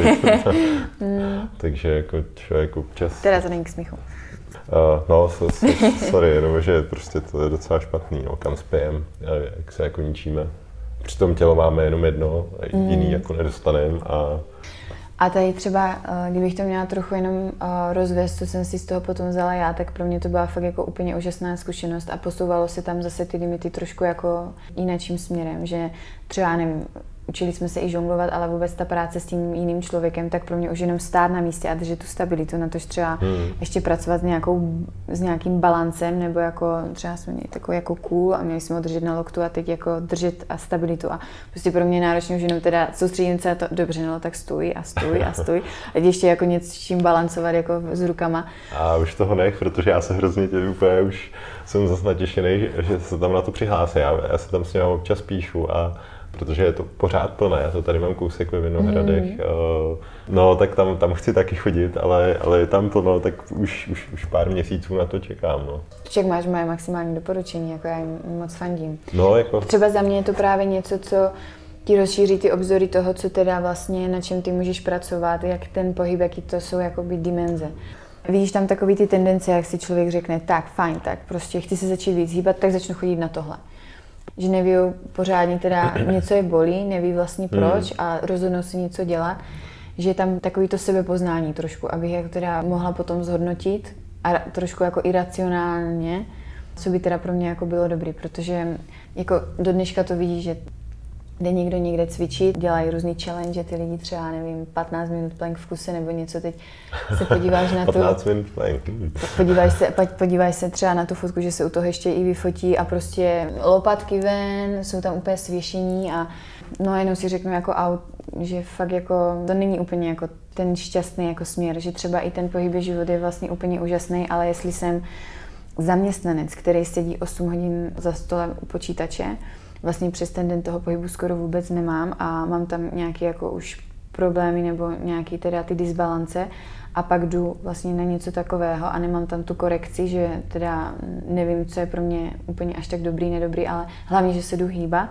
mm. Takže jako člověk občas... Teda to není k smíchu. Uh, no, so, so, sorry, jenom, že prostě to je docela špatný, no, kam spějem, jak se jako ničíme. Přitom tělo máme jenom jedno, a jiný mm. jako nedostaneme. A... a tady třeba, kdybych to měla trochu jenom rozvést, co jsem si z toho potom vzala já, tak pro mě to byla fakt jako úplně úžasná zkušenost a posouvalo se tam zase ty limity trošku jako jiným směrem, že třeba, nevím, učili jsme se i žonglovat, ale vůbec ta práce s tím jiným člověkem, tak pro mě už jenom stát na místě a držet tu stabilitu, na tož třeba hmm. ještě pracovat s, nějakou, s nějakým balancem, nebo jako třeba jsme měli takový jako cool a měli jsme ho držet na loktu a teď jako držet a stabilitu a prostě pro mě náročně už jenom teda soustředím se to, dobře, no tak stůj a stůj a stůj a ještě jako něčím balancovat jako s rukama. A už toho nech, protože já se hrozně tě úplně už jsem zase natěšený, že se tam na to přihlásí, já, já se tam s ním občas píšu a protože je to pořád plné, já to tady mám kousek ve Vinohradech, mm. no tak tam, tam chci taky chodit, ale, ale je tam plno, tak už, už, už pár měsíců na to čekám. No. Ček máš moje maximální doporučení, jako já jim moc fandím. No, jako... Třeba za mě je to právě něco, co ti rozšíří ty obzory toho, co teda vlastně, na čem ty můžeš pracovat, jak ten pohyb, jaký to jsou jakoby dimenze. Vidíš tam takový ty tendence, jak si člověk řekne, tak fajn, tak prostě chci se začít víc hýbat, tak začnu chodit na tohle. Že neví pořádně teda něco je bolí, neví vlastně proč a rozhodnou si něco dělat. že je tam takový to sebepoznání trošku, abych jako teda mohla potom zhodnotit a trošku jako iracionálně, co by teda pro mě jako bylo dobrý, protože jako do dneška to vidí, že jde někdo někde cvičit, dělají různý challenge, ty lidi třeba, nevím, patnáct minut plank v kuse nebo něco, teď se podíváš na tu... patnáct minut plank. Podíváš se, podíváš se třeba na tu fotku, že se u toho ještě i vyfotí a prostě lopatky ven, jsou tam úplně svěšení a no jenom si řeknu jako out, že fakt jako to není úplně jako ten šťastný jako směr, že třeba i ten pohyb život je vlastně úplně úžasný, ale jestli jsem zaměstnanec, který sedí osm hodin za stolem u počítače, vlastně přes ten den toho pohybu skoro vůbec nemám a mám tam nějaké jako už problémy nebo nějaké teda ty disbalance a pak jdu vlastně na něco takového a nemám tam tu korekci, že teda nevím, co je pro mě úplně až tak dobrý, nedobrý, ale hlavně, že se jdu hýbat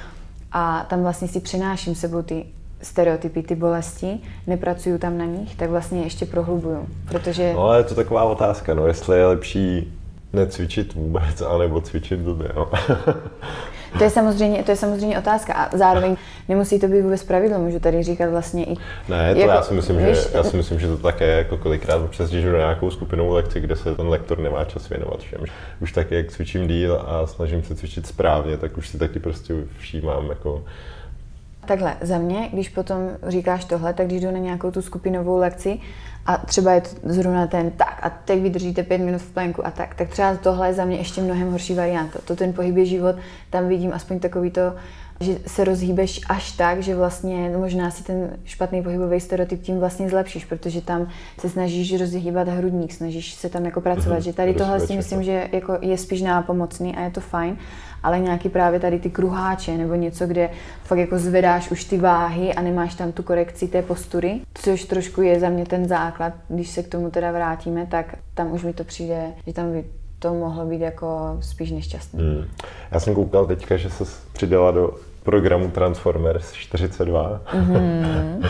a tam vlastně si přenáším sebou ty stereotypy, ty bolesti, nepracuju tam na nich, tak vlastně ještě prohlubuju, protože... No ale je to taková otázka, no, jestli je lepší necvičit vůbec, anebo cvičit blbě, no. To je samozřejmě, to je samozřejmě otázka a zároveň nemusí to být vůbec pravidlo, můžu tady říkat vlastně i... Ne, to jako, já, si myslím, víš, že, já si myslím, že to také jako kolikrát občas, když jdu na nějakou skupinovou lekci, kde se ten lektor nemá čas věnovat všem. Už taky, jak cvičím díl a snažím se cvičit správně, tak už si taky prostě všímám jako... Takhle, za mě, když potom říkáš tohle, tak když jdu na nějakou tu skupinovou lekci a třeba je to zrovna ten tak a teď vydržíte pět minut v planku a tak, tak třeba tohle je za mě ještě mnohem horší varianta. To ten pohyb je život, tam vidím aspoň takový to, že se rozhýbeš až tak, že vlastně možná si ten špatný pohybový stereotyp tím vlastně zlepšíš, protože tam se snažíš rozhýbat hrudník, snažíš se tam jako pracovat, mm-hmm. že tady tohle si myslím, že jako je spíš nápomocný a je to fajn, ale nějaký právě tady ty kruháče nebo něco, kde fakt jako zvedáš už ty váhy a nemáš tam tu korekci té postury, což trošku je za mě ten základ, když se k tomu teda vrátíme, tak tam už mi to přijde, že tam by to mohlo být jako spíš nešťastný. Hmm. Já jsem koukal teďka, že se přidala do programu Transformers čtyřicet dva. Mm-hmm.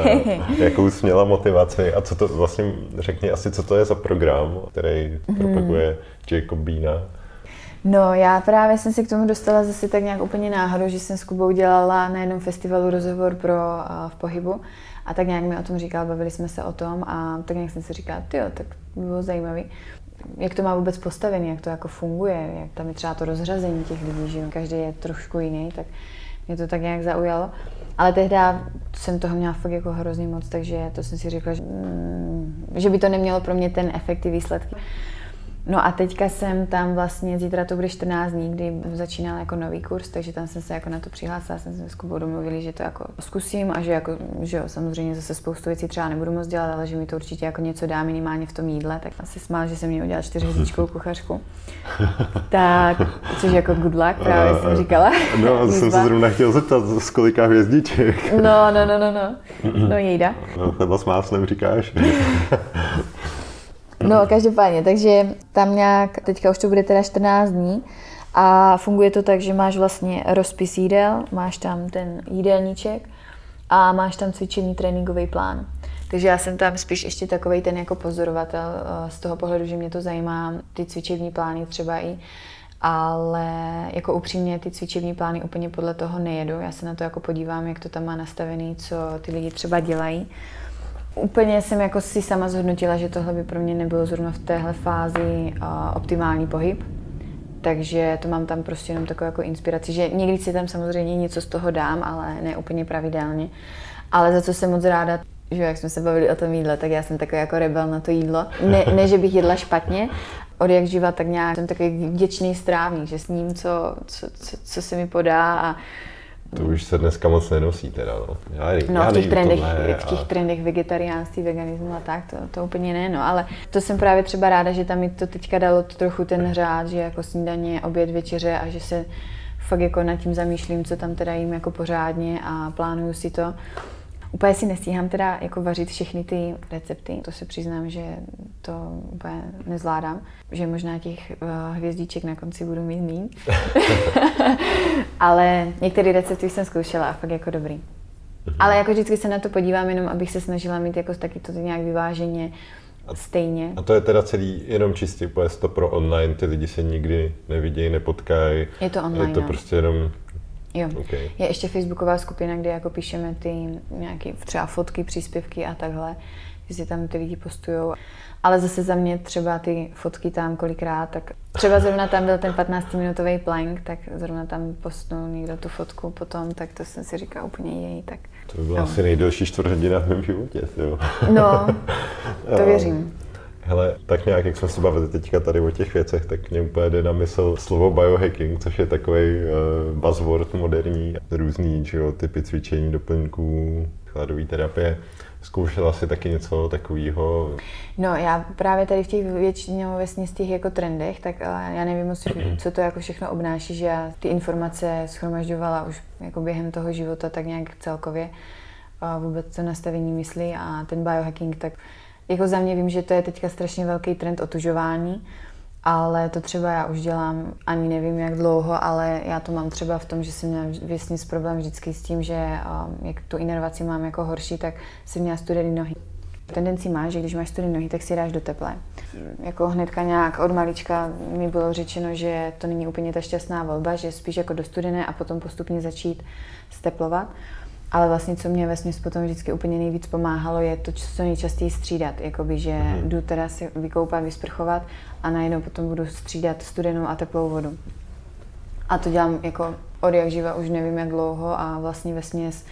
Jakou jsi měla motivaci a co to vlastně, řekni asi, co to je za program, který mm-hmm. propaguje Jacob Beana. No, já právě jsem se k tomu dostala zase tak nějak úplně náhodou, že jsem s Kubou dělala na jednom festivalu rozhovor pro uh, v pohybu a tak nějak mi o tom říkal, bavili jsme se o tom a tak nějak jsem si říkala, tyjo, tak by bylo zajímavý, jak to má vůbec postavený, jak to jako funguje, jak tam je třeba to rozřazení těch lidí, že každý je trošku jiný, tak mě to tak nějak zaujalo. Ale tehdy jsem toho měla fakt jako hrozně moc, takže to jsem si řekla, že, mm, že by to nemělo pro mě ten efekt, ty výsledky. No a teďka jsem tam vlastně, zítra to bude čtrnáct dní, kdy začínala jako nový kurz, takže tam jsem se jako na to přihlásila, jsem se s Kubou domluvili, že to jako zkusím a že jako, že jo, samozřejmě zase spoustu věcí třeba nebudu moc dělat, ale že mi to určitě jako něco dá minimálně v tom jídle, tak asi smál, že jsem měl udělat čtyřhvězdičkovou kuchařku. Tak, což jako good luck, právě jsem říkala. No, jsem se zrovna chtěl zeptat, z kolika hvězdiček. No, no, no, no, no, no jejda. No, chleba s máslem říkáš. No, každopádně, takže tam nějak, teďka už to bude teda čtrnáct dní a funguje to tak, že máš vlastně rozpis jídel, máš tam ten jídelníček a máš tam cvičení tréninkový plán. Takže já jsem tam spíš ještě takovej ten jako pozorovatel z toho pohledu, že mě to zajímá, ty cvičební plány třeba i, ale jako upřímně ty cvičební plány úplně podle toho nejedu. Já se na to jako podívám, jak to tam má nastavený, co ty lidi třeba dělají. Úplně jsem jako si sama zhodnotila, že tohle by pro mě nebylo zrovna v téhle fázi uh, optimální pohyb. Takže to mám tam prostě jenom takovou jako inspiraci, že někdy si tam samozřejmě něco z toho dám, ale ne úplně pravidelně. Ale za co jsem moc ráda, že jak jsme se bavili o tom jídle, tak já jsem takový jako rebel na to jídlo. Ne, ne že bych jedla špatně, od jak živa, tak nějak jsem takový vděčný strávník, že s ním, co, co, co, co se mi podá a to už se dneska moc nenosí teda, no. Já, no já v těch, trendech, tohle, v těch a... trendech vegetariánství, veganismu a tak, to, to úplně ne, no, ale to jsem právě třeba ráda, že tam mi to teďka dalo trochu ten řád, že jako snídaně, oběd, večeře a že se fakt jako nad tím zamýšlím, co tam teda jím jako pořádně a plánuju si to. Úplně si nestíhám teda jako vařit všechny ty recepty, to se přiznám, že to úplně nezvládám, že možná těch uh, hvězdiček na konci budu mít míň. Ale některé recepty jsem zkoušela a fakt jako dobrý. Ale jako vždycky se na to podívám jenom, abych se snažila mít jako taky to nějak vyváženě stejně. A to je teda celý jenom čistě úplně to pro online, ty lidi se nikdy nevidějí, nepotkají. Je to online, Je to no. prostě jenom Jo. Okay. Je ještě facebooková skupina, kde jako píšeme ty nějaké třeba fotky, příspěvky a takhle, že si tam ty lidi postujou. Ale zase za mě třeba ty fotky tam kolikrát, tak třeba zrovna tam byl ten patnáctiminutový plank, tak zrovna tam postnul někdo tu fotku potom, tak to jsem si říkala úplně jej, tak... To by byla no. asi nejdelší čtvrthodina v mém životě, jo. No, to věřím. Hele, tak nějak, jak jsme se bavili teďka tady o těch věcech, tak mě úplně jde na mysl slovo biohacking, což je takový uh, buzzword moderní, různý, že jo, typy cvičení, doplňků, chladové terapie. Zkoušela jsi taky něco takového? No, já právě tady v těch většinou vesně z těch jako trendech, tak já nevím moc, co to jako všechno obnáší, že já ty informace shromažďovala už jako během toho života tak nějak celkově. A vůbec to nastavení mysli a ten biohacking, tak jako za mě vím, že to je teďka strašně velký trend otužování, ale to třeba já už dělám ani nevím jak dlouho, ale já to mám třeba v tom, že jsem měla věsně problém vždycky s tím, že um, jak tu inervaci mám jako horší, tak jsem měla studený nohy. Tendenci máš, že když máš studený nohy, tak si dáš do teple. Jako hnedka nějak od malička mi bylo řečeno, že to není úplně ta šťastná volba, že spíš jako do studené a potom postupně začít steplovat. Ale vlastně, co mě vesměs potom vždycky úplně nejvíc pomáhalo, je to, co nejčastěji střídat. Jakoby, že mm. jdu teda si vykoupat, vysprchovat a najednou potom budu střídat studenou a teplou vodu. A to dělám jako od jak živa, už nevím jak dlouho a vlastně vesměs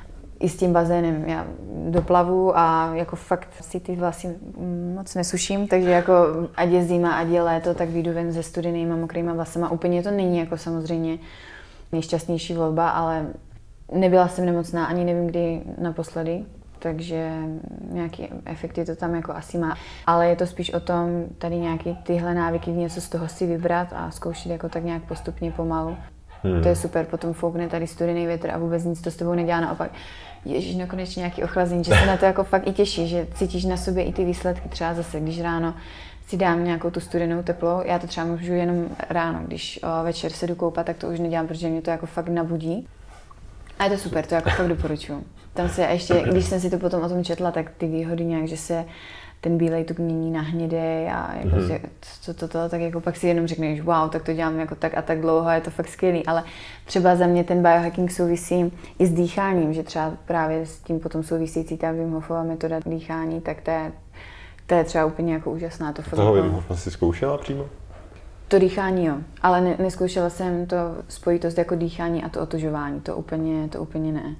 i s tím bazénem. Já doplavu a jako fakt si ty vlasy moc nesuším, takže jako ať je zima, ať je léto, tak vyjdu ven se studenýma, mokrýma vlasama. Úplně to není jako samozřejmě nejšťastnější volba, ale nebyla jsem nemocná, ani nevím kdy naposledy, takže nějaký efekty to tam jako asi má. Ale je to spíš o tom, tady nějaký tyhle návyky, něco z toho si vybrat a zkoušet jako tak nějak postupně pomalu. Hmm. To je super, potom foukne tady studený větr a vůbec nic to s tebou nedělá, naopak ježiš, no konečně nějaký ochlazení, že se na to jako fakt i těší, že cítíš na sobě i ty výsledky, třeba zase, když ráno si dám nějakou tu studenou teplou, já to třeba můžu jenom ráno, když o, večer se jdu koupat, tak to už nedělám, protože mě to jako fakt nabudí. A je to super, to jako fakt doporučuji. Tam se ještě, když jsem si to potom o tom četla, tak ty výhody nějak, že se ten bílej tuk mění na hnědej a jako mm-hmm. to, to, to, tak jako pak si jenom řekneš, wow, tak to dělám jako tak a tak dlouho a je to fakt skvělý, ale třeba za mě ten biohacking souvisí i s dýcháním, že třeba právě s tím potom souvisící ta Wim Hofova metoda dýchání, tak to je, to je třeba úplně jako úžasná. To toho Wim Hofa jsi zkoušela přímo? To dýchání jo, ale ne, neskoušela jsem to spojitost jako dýchání a to otužování, to úplně, to úplně ne.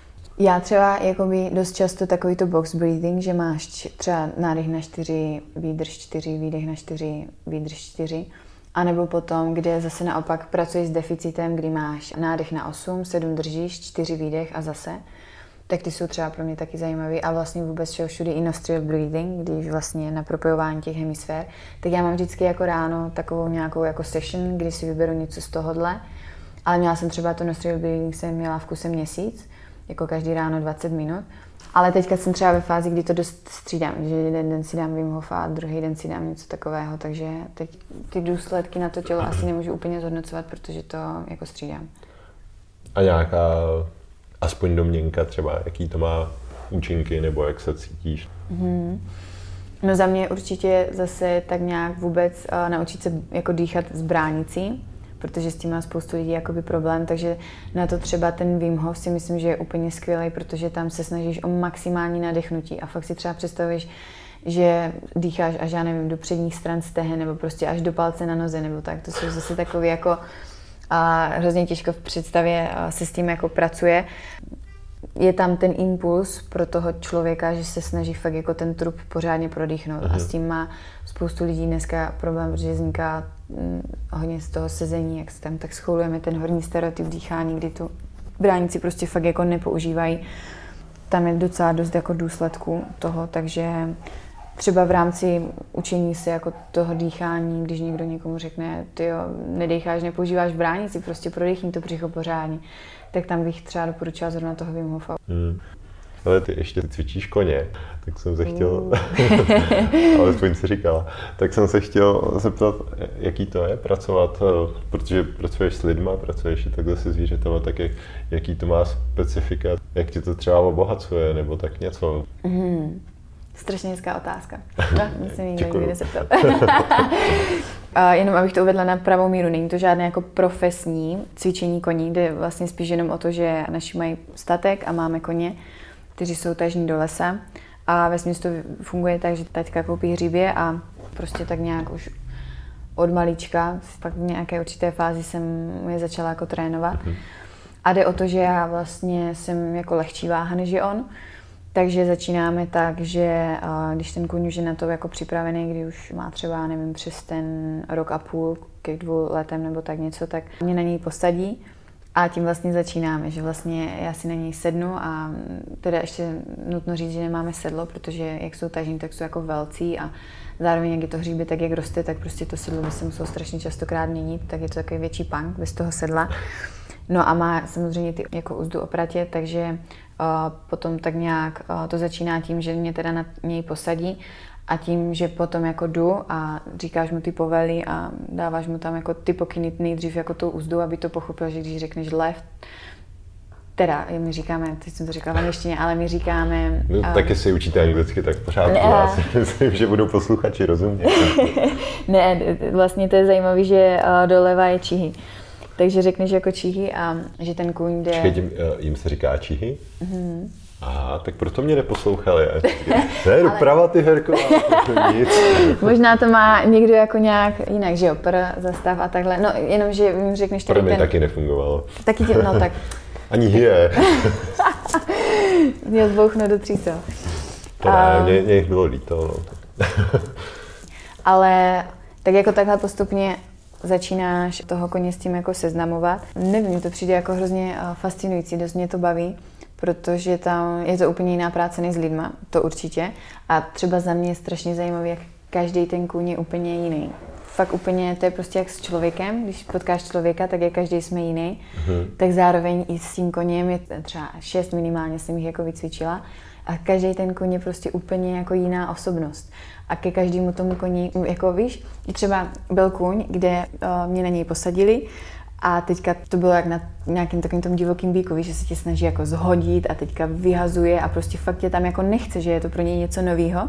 Já třeba jakoby dost často takový to box breathing, že máš třeba nádech na čtyři, výdrž čtyři, výdech na čtyři, výdrž čtyři. A nebo potom, kde zase naopak pracuješ s deficitem, kdy máš nádech na osm, sedm držíš, čtyři výdech a zase. Tak ty jsou třeba pro mě taky zajímavý a vlastně vůbec všeho všude i nostril breathing, když vlastně na propojování těch hemisfér. Tak já mám vždycky jako ráno takovou nějakou jako session, kdy si vyberu něco z tohohle. Ale měla jsem třeba to nostril breathing, jsem měla v kuse měsíc, jako každý ráno dvacet minut. Ale teďka jsem třeba ve fázi, kdy to dost střídám, že jeden den si dám Wim Hofa a druhý den si dám něco takového, takže teď ty důsledky na to tělo asi nemůžu úplně zhodnocovat, protože to jako střídám. A nějaká aspoň domněnka třeba, jaký to má účinky, nebo jak se cítíš? Mm-hmm. No za mě určitě zase tak nějak vůbec uh, naučit se jako dýchat s bránicí, protože s tím má spoustu lidí jakoby problém, takže na to třeba ten Wim Hof si myslím, že je úplně skvělý, protože tam se snažíš o maximální nadechnutí a fakt si třeba představuješ, že dýcháš až, já nevím, do předních stran stehen nebo prostě až do palce na noze nebo tak. To jsou zase takové jako a hrozně těžko v představě se s tím jako pracuje. Je tam ten impuls pro toho člověka, že se snaží fakt jako ten trup pořádně prodýchnout. Aha. A s tím má spoustu lidí dneska problém, protože vzniká hodně z toho sezení, jak se tam tak schvalujeme ten horní stereotyp dýchání, kdy tu bránici prostě fakt jako nepoužívají. Tam je docela dost jako důsledků toho, takže třeba v rámci učení se jako toho dýchání, když někdo někomu řekne, ty jo, nedýcháš, nepoužíváš bránici, prostě prodechni to břicho pořádně, tak tam bych třeba doporučila zrovna toho Wim Hofa. Hmm. Ale ty ještě cvičíš koně, tak jsem se chtěl, uh. alespoň si říkala, tak jsem se chtěl zeptat, jaký to je pracovat, protože pracuješ s lidma, pracuješ i takhle se zvířatama, tak jak, jaký to má specifika, jak ti to třeba obohacuje, nebo tak něco. Mm. Strašně hezká otázka. No, musím jí někdy nezeptat. A jenom abych to uvedla na pravou míru, není to žádné jako profesní cvičení koní, jde vlastně spíš jenom o to, že naši mají statek a máme koně, kteří jsou tažní do lesa. A vesměs to funguje tak, že taťka koupí hřibě a prostě tak nějak už od malička, pak v nějaké určité fázi jsem je začala jako trénovat. Mm. A jde o to, že já vlastně jsem jako lehčí váha než je on. Takže začínáme tak, že když ten kůň už je na to jako připravený, kdy už má třeba, nevím, přes ten rok a půl, ke dvou letem nebo tak něco, tak mě na něj posadí a tím vlastně začínáme, že vlastně já si na něj sednu a teda ještě nutno říct, že nemáme sedlo, protože jak jsou tažní, tak jsou jako velcí a zároveň jak je to hříbě, tak jak roste, tak prostě to sedlo by se muselo strašně častokrát měnit, tak je to takový větší punk bez toho sedla. No a má samozřejmě ty jako uzdu opratě, takže uh, potom tak nějak uh, to začíná tím, že mě teda na něj posadí a tím, že potom jako jdu a říkáš mu ty povely a dáváš mu tam jako ty pokyny nejdřív jako tou uzdu, aby to pochopil, že když řekneš lev, teda my říkáme, teď jsem to říkala v angličtině, ale my říkáme... No, uh, taky si učíte anglicky, tak pořád ne, já si myslím, že budou posluchači rozumět. Ne, vlastně to je zajímavé, že uh, doleva je čihy. Takže řekneš jako čihy a že ten kůň jde... Počkej, jim, jim se říká čihy? Mm-hmm. Aha, tak proto mě neposlouchali. Ne, doprava ale... ty Herková, nic. Možná to má někdo jako nějak jinak, že jo, pr, zastav a takhle. No, jenom, že jim řekneš tady ten... ten... taky nefungovalo. Taky tě, no tak... Ani je. Měl zbouchnout do třísel. To ne, mě, mě jich bylo líto. No. Ale tak jako takhle postupně začínáš toho koně s tím jako seznamovat. Nevím, to přijde jako hrozně fascinující, dost mě to baví, protože tam je to úplně jiná práce než s lidma, to určitě. A třeba za mě je strašně zajímavé, jak každý ten kůň je úplně jiný. Fakt úplně, to je prostě jak s člověkem, když potkáš člověka, tak je každý jsme jiný. Hmm. Tak zároveň i s tím koněm je třeba šest minimálně jsem jich jako vycvičila. A každý ten kůň je prostě úplně jako jiná osobnost. A ke každému tomu koni, jako víš, třeba byl kůň, kde uh, mě na něj posadili a teďka to bylo jak na nějakým takovým tom divokým býku, víš, že se tě snaží jako zhodit a teďka vyhazuje a prostě fakt tě tam jako nechce, že je to pro něj něco novýho.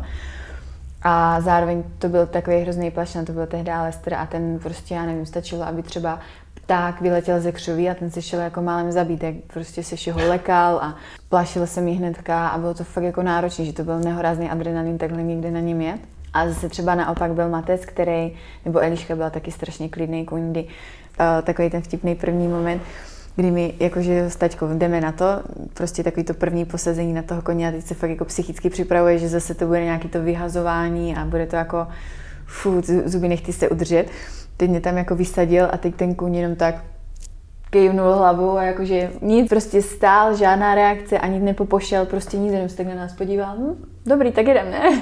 A zároveň to byl takový hrozný plašan, to byl tehdy Lester a ten prostě, já nevím, stačilo, aby třeba pták vyletěl ze křoví a ten se šel jako málem zabít, jak prostě se všeho lekal a plašil se mi hnedka a bylo to fakt jako náročné, že to byl nehorázný adrenalin takhle někde na něm jet. A zase třeba naopak byl Matec, který, nebo Eliška byla taky strašně klidný kůň, kdy uh, takový ten vtipný první moment, kdy my jakože s taťkou jdeme na to, prostě takový to první posazení na toho koně a teď se fakt jako psychicky připravuje, že zase to bude nějaký to vyhazování a bude to jako fů, zuby nechty se udržet. Teď mě tam jako vysadil a teď ten kůň jenom tak kejvnul hlavou a jakože nic, prostě stál, žádná reakce, ani nepopošel, prostě nic, jenom se tak na nás podíval, hm, dobrý, tak jedem, ne?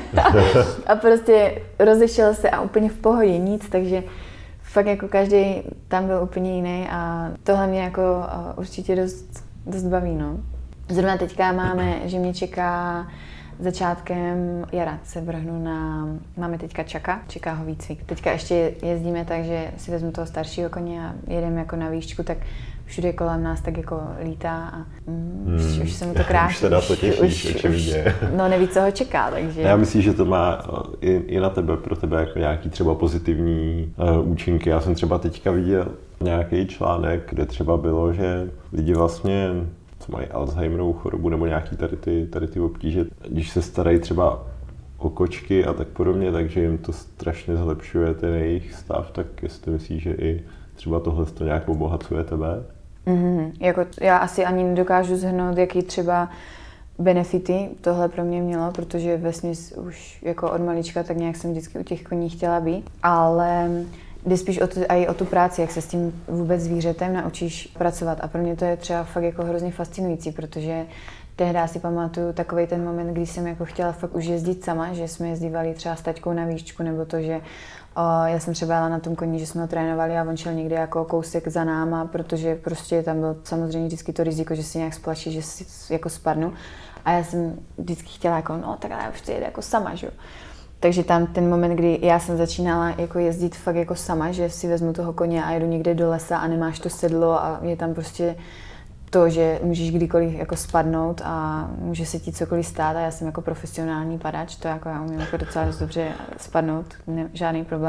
A prostě rozešel se a úplně v pohodě, nic, takže fakt jako každý tam byl úplně jiný a tohle mě jako určitě dost, dost baví, no. Zrovna teďka máme, že mě čeká začátkem jara se vrhnu na, máme teďka čaka, čeká ho výcvik. Teďka ještě jezdíme tak, že si vezmu toho staršího koně a jedeme jako na výšku, tak všude kolem nás tak jako lítá a mm, hmm, už, už se mu to krásí. Už se na to těšíš, očividně. No neví, co ho čeká, takže... Já myslím, že to má i, i na tebe, pro tebe jako nějaký třeba pozitivní uh, účinky. Já jsem třeba teďka viděl nějaký článek, kde třeba bylo, že lidi vlastně co mají Alzheimerovou chorobu nebo nějaký tady ty, tady ty obtíže, když se starají třeba o kočky a tak podobně, takže jim to strašně zlepšuje ten jejich stav, tak jestli myslíš, že i třeba tohle to nějak obohacuje tebe? Mm-hmm. Jako já asi ani nedokážu shrnout, jaký třeba benefity tohle pro mě mělo, protože vesměs už jako od malička tak nějak jsem vždycky u těch koní chtěla být, ale jde spíš o, to, i o tu práci, jak se s tím vůbec zvířetem naučíš pracovat. A pro mě to je třeba fakt jako hrozně fascinující, protože tehdy si pamatuju takový ten moment, kdy jsem jako chtěla fakt už jezdit sama, že jsme jezdívali třeba s taťkou na výšku, nebo to, že o, já jsem třeba jela na tom koni, že jsme ho trénovali a on šel někde jako kousek za náma, protože prostě tam bylo samozřejmě vždycky to riziko, že si nějak splaší, že si jako spadnu. A já jsem vždycky chtěla jako, no tak já už to jede jako sama, že jo. Takže tam ten moment, kdy já jsem začínala jako jezdit fakt jako sama, že si vezmu toho koně a jedu někde do lesa a nemáš to sedlo a je tam prostě to, že můžeš kdykoliv jako spadnout a může se ti cokoliv stát a já jsem jako profesionální padač, to jako já umím jako docela dost dobře spadnout, ne, žádný problém.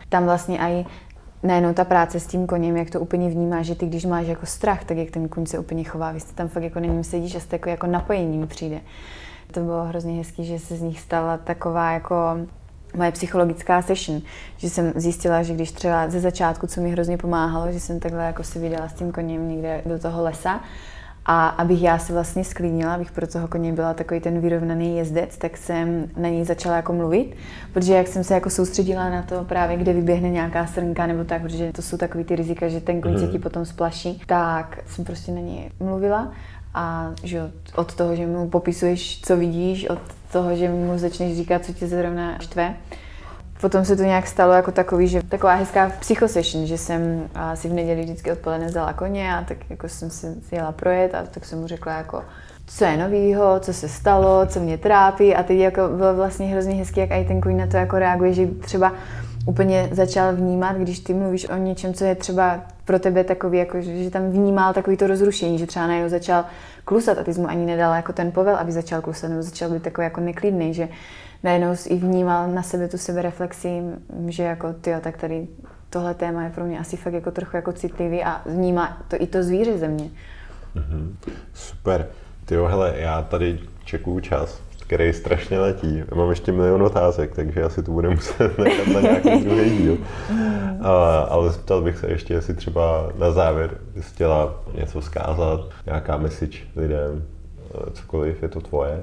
tam vlastně i najednou ta práce s tím koněm, jak to úplně vnímáš, že ty když máš jako strach, tak jak ten kuň se úplně chová, vy jste tam fakt jako na něm sedíš a jste jako, jako napojení mi přijde. To bylo hrozně hezký, že se z nich stala taková jako moje psychologická session, že jsem zjistila, že když třeba ze začátku, co mi hrozně pomáhalo, že jsem takhle jako si vydala s tím koněm někde do toho lesa a abych já se vlastně sklidnila, abych pro toho koně byla takový ten vyrovnaný jezdec, tak jsem na něj začala jako mluvit, protože jak jsem se jako soustředila na to právě, kde vyběhne nějaká srnka nebo tak, protože to jsou takový ty rizika, že ten koň se ti potom splaší, tak jsem prostě na něj mluvila. A že od toho, že mu popisuješ, co vidíš, od toho, že mu začneš říkat, co tě zrovna štve. Potom se to nějak stalo jako takový, že taková hezká psychosession, že jsem si v neděli vždycky odpoledne vzala koně a tak jako jsem si jela projet a tak jsem mu řekla jako, co je novýho, co se stalo, co mě trápí a teď jako bylo vlastně hrozně hezký, jak i ten kůň na to jako reaguje, že třeba úplně začal vnímat, když ty mluvíš o něčem, co je třeba pro tebe takový, jako, že tam vnímal takový to rozrušení, že třeba najednou začal klusat a ty jsi mu ani nedala jako ten povel, aby začal klusat, nebo začal být takový jako neklidný, že najednou jsi i vnímal na sebe tu sebereflexi, že jako tyjo, tak tady tohle téma je pro mě asi fakt jako trochu jako citlivý a vnímá to i to zvíře ze mě. Mm-hmm. Super. Tyjo, hele, já tady čekuju čas, který strašně letí. Mám ještě milion otázek, takže asi to bude muset nechat na nějaký druhý díl. A, ale zeptal bych se ještě, jestli třeba na závěr jsi chtěla něco vzkázat, nějaká message lidem, cokoliv, je to tvoje.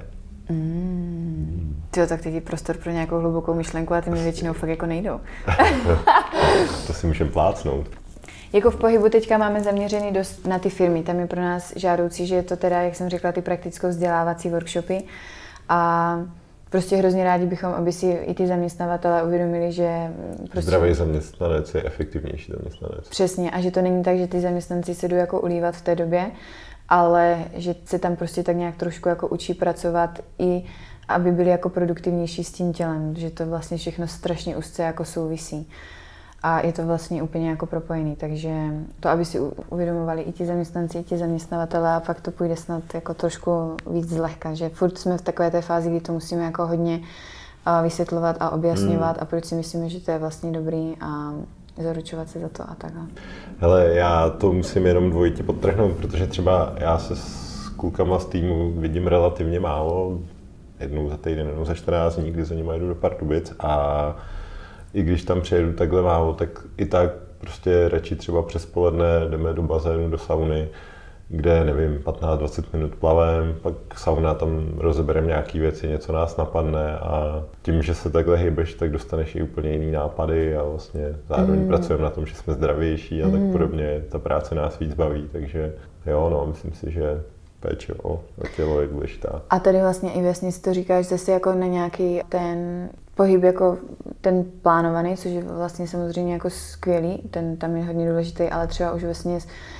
Mm. Tyjo, tak teď je prostor pro nějakou hlubokou myšlenku a ty mi většinou fakt jako nejdou. To si můžeme plácnout. Jako v pohybu teďka máme zaměřený dost na ty firmy. Tam je pro nás žádoucí, že je to teda, jak jsem řekla, ty prakticko-vzdělávací workshopy. A prostě hrozně rádi bychom, aby si i ty zaměstnavatelé uvědomili, že prostě... Zdravý zaměstnanec je efektivnější zaměstnanec. Přesně. A že to není tak, že ty zaměstnanci se jdou jako ulívat v té době, ale že se tam prostě tak nějak trošku jako učí pracovat i aby byli jako produktivnější s tím tělem, že to vlastně všechno strašně úzce jako souvisí. A je to vlastně úplně jako propojený, takže to, aby si uvědomovali i ti zaměstnanci, i ti zaměstnavatelé a fakt to půjde snad jako trošku víc zlehka, že furt jsme v takové té fázi, kdy to musíme jako hodně vysvětlovat a objasňovat hmm. a proč si myslíme, že to je vlastně dobrý a zaručovat se za to a takhle. Hele, já to musím jenom dvojitě podtrhnout, protože třeba já se s klukama z týmu vidím relativně málo, jednou za týden, jednou za čtrnáct dní, kdy za nimi jdu do Pardubic a i když tam přijedu takhle málo, tak i tak prostě radši třeba přes poledne jdeme do bazénu, do sauny, kde, nevím, patnáct dvacet minut plavem, pak sauna, tam rozebereme nějaké věci, něco nás napadne a tím, že se takhle hýbeš, tak dostaneš i úplně jiný nápady a vlastně zároveň mm. pracujeme na tom, že jsme zdravější a mm. tak podobně. Ta práce nás víc baví, takže jo, no, myslím si, že péče o tělo je důležitá. A tady vlastně i vlastně si to říkáš zase jako na nějaký ten pohyb jako ten plánovaný, což je vlastně samozřejmě jako skvělý, ten tam je hodně důležitý, ale třeba už vlastně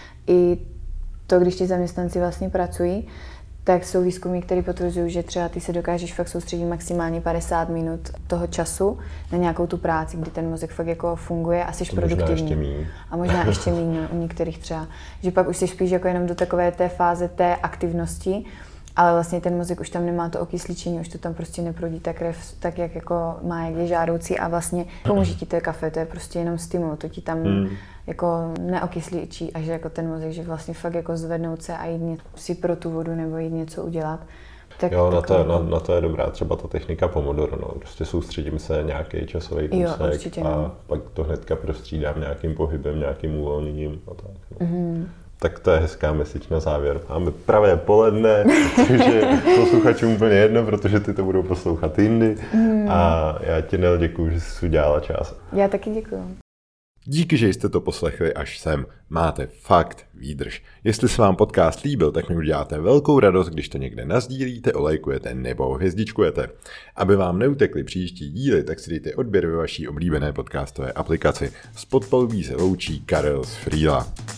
i to, když ti zaměstnanci vlastně pracují, tak jsou výzkumy, které potvrzují, že třeba ty se dokážeš fakt soustředit maximálně padesát minut toho času na nějakou tu práci, kdy ten mozek fakt jako funguje a jsi produktivní. A možná ještě méně u některých třeba. Že pak už jsi spíš jako jenom do takové té fáze té aktivnosti, ale vlastně ten mozek už tam nemá to okysličení, už to tam prostě neproudí ta krev tak, jak jako má, jak je žádoucí a vlastně pomůže ti to kafe, to je prostě jenom stimul, to ti tam hmm. jako neokysličí a že jako ten mozek, že vlastně fakt jako zvednout se a jít si pro tu vodu nebo jít něco udělat. Tak jo, na to, na, na to je dobrá třeba ta technika Pomodoro, no. Prostě soustředím se nějaký časový kousek a no. pak to hnedka prostřídám nějakým pohybem, nějakým uvolněním a tak. No. Mm-hmm. Tak to je hezká message na závěr. Máme pravé poledne, což je posluchačům úplně jedno, protože ty to budou poslouchat jindy. Mm. A já ti, Nel, děkuju, že jsi udělala čas. Já taky děkuju. Díky, že jste to poslechli až sem. Máte fakt výdrž. Jestli se vám podcast líbil, tak mi uděláte velkou radost, když to někde nazdílíte, olejkujete nebo hvězdičkujete. Aby vám neutekly příští díly, tak si dejte odběr ve vaší oblíbené podcastové aplikaci. Z podpalubí se loučí Karel z Frýla.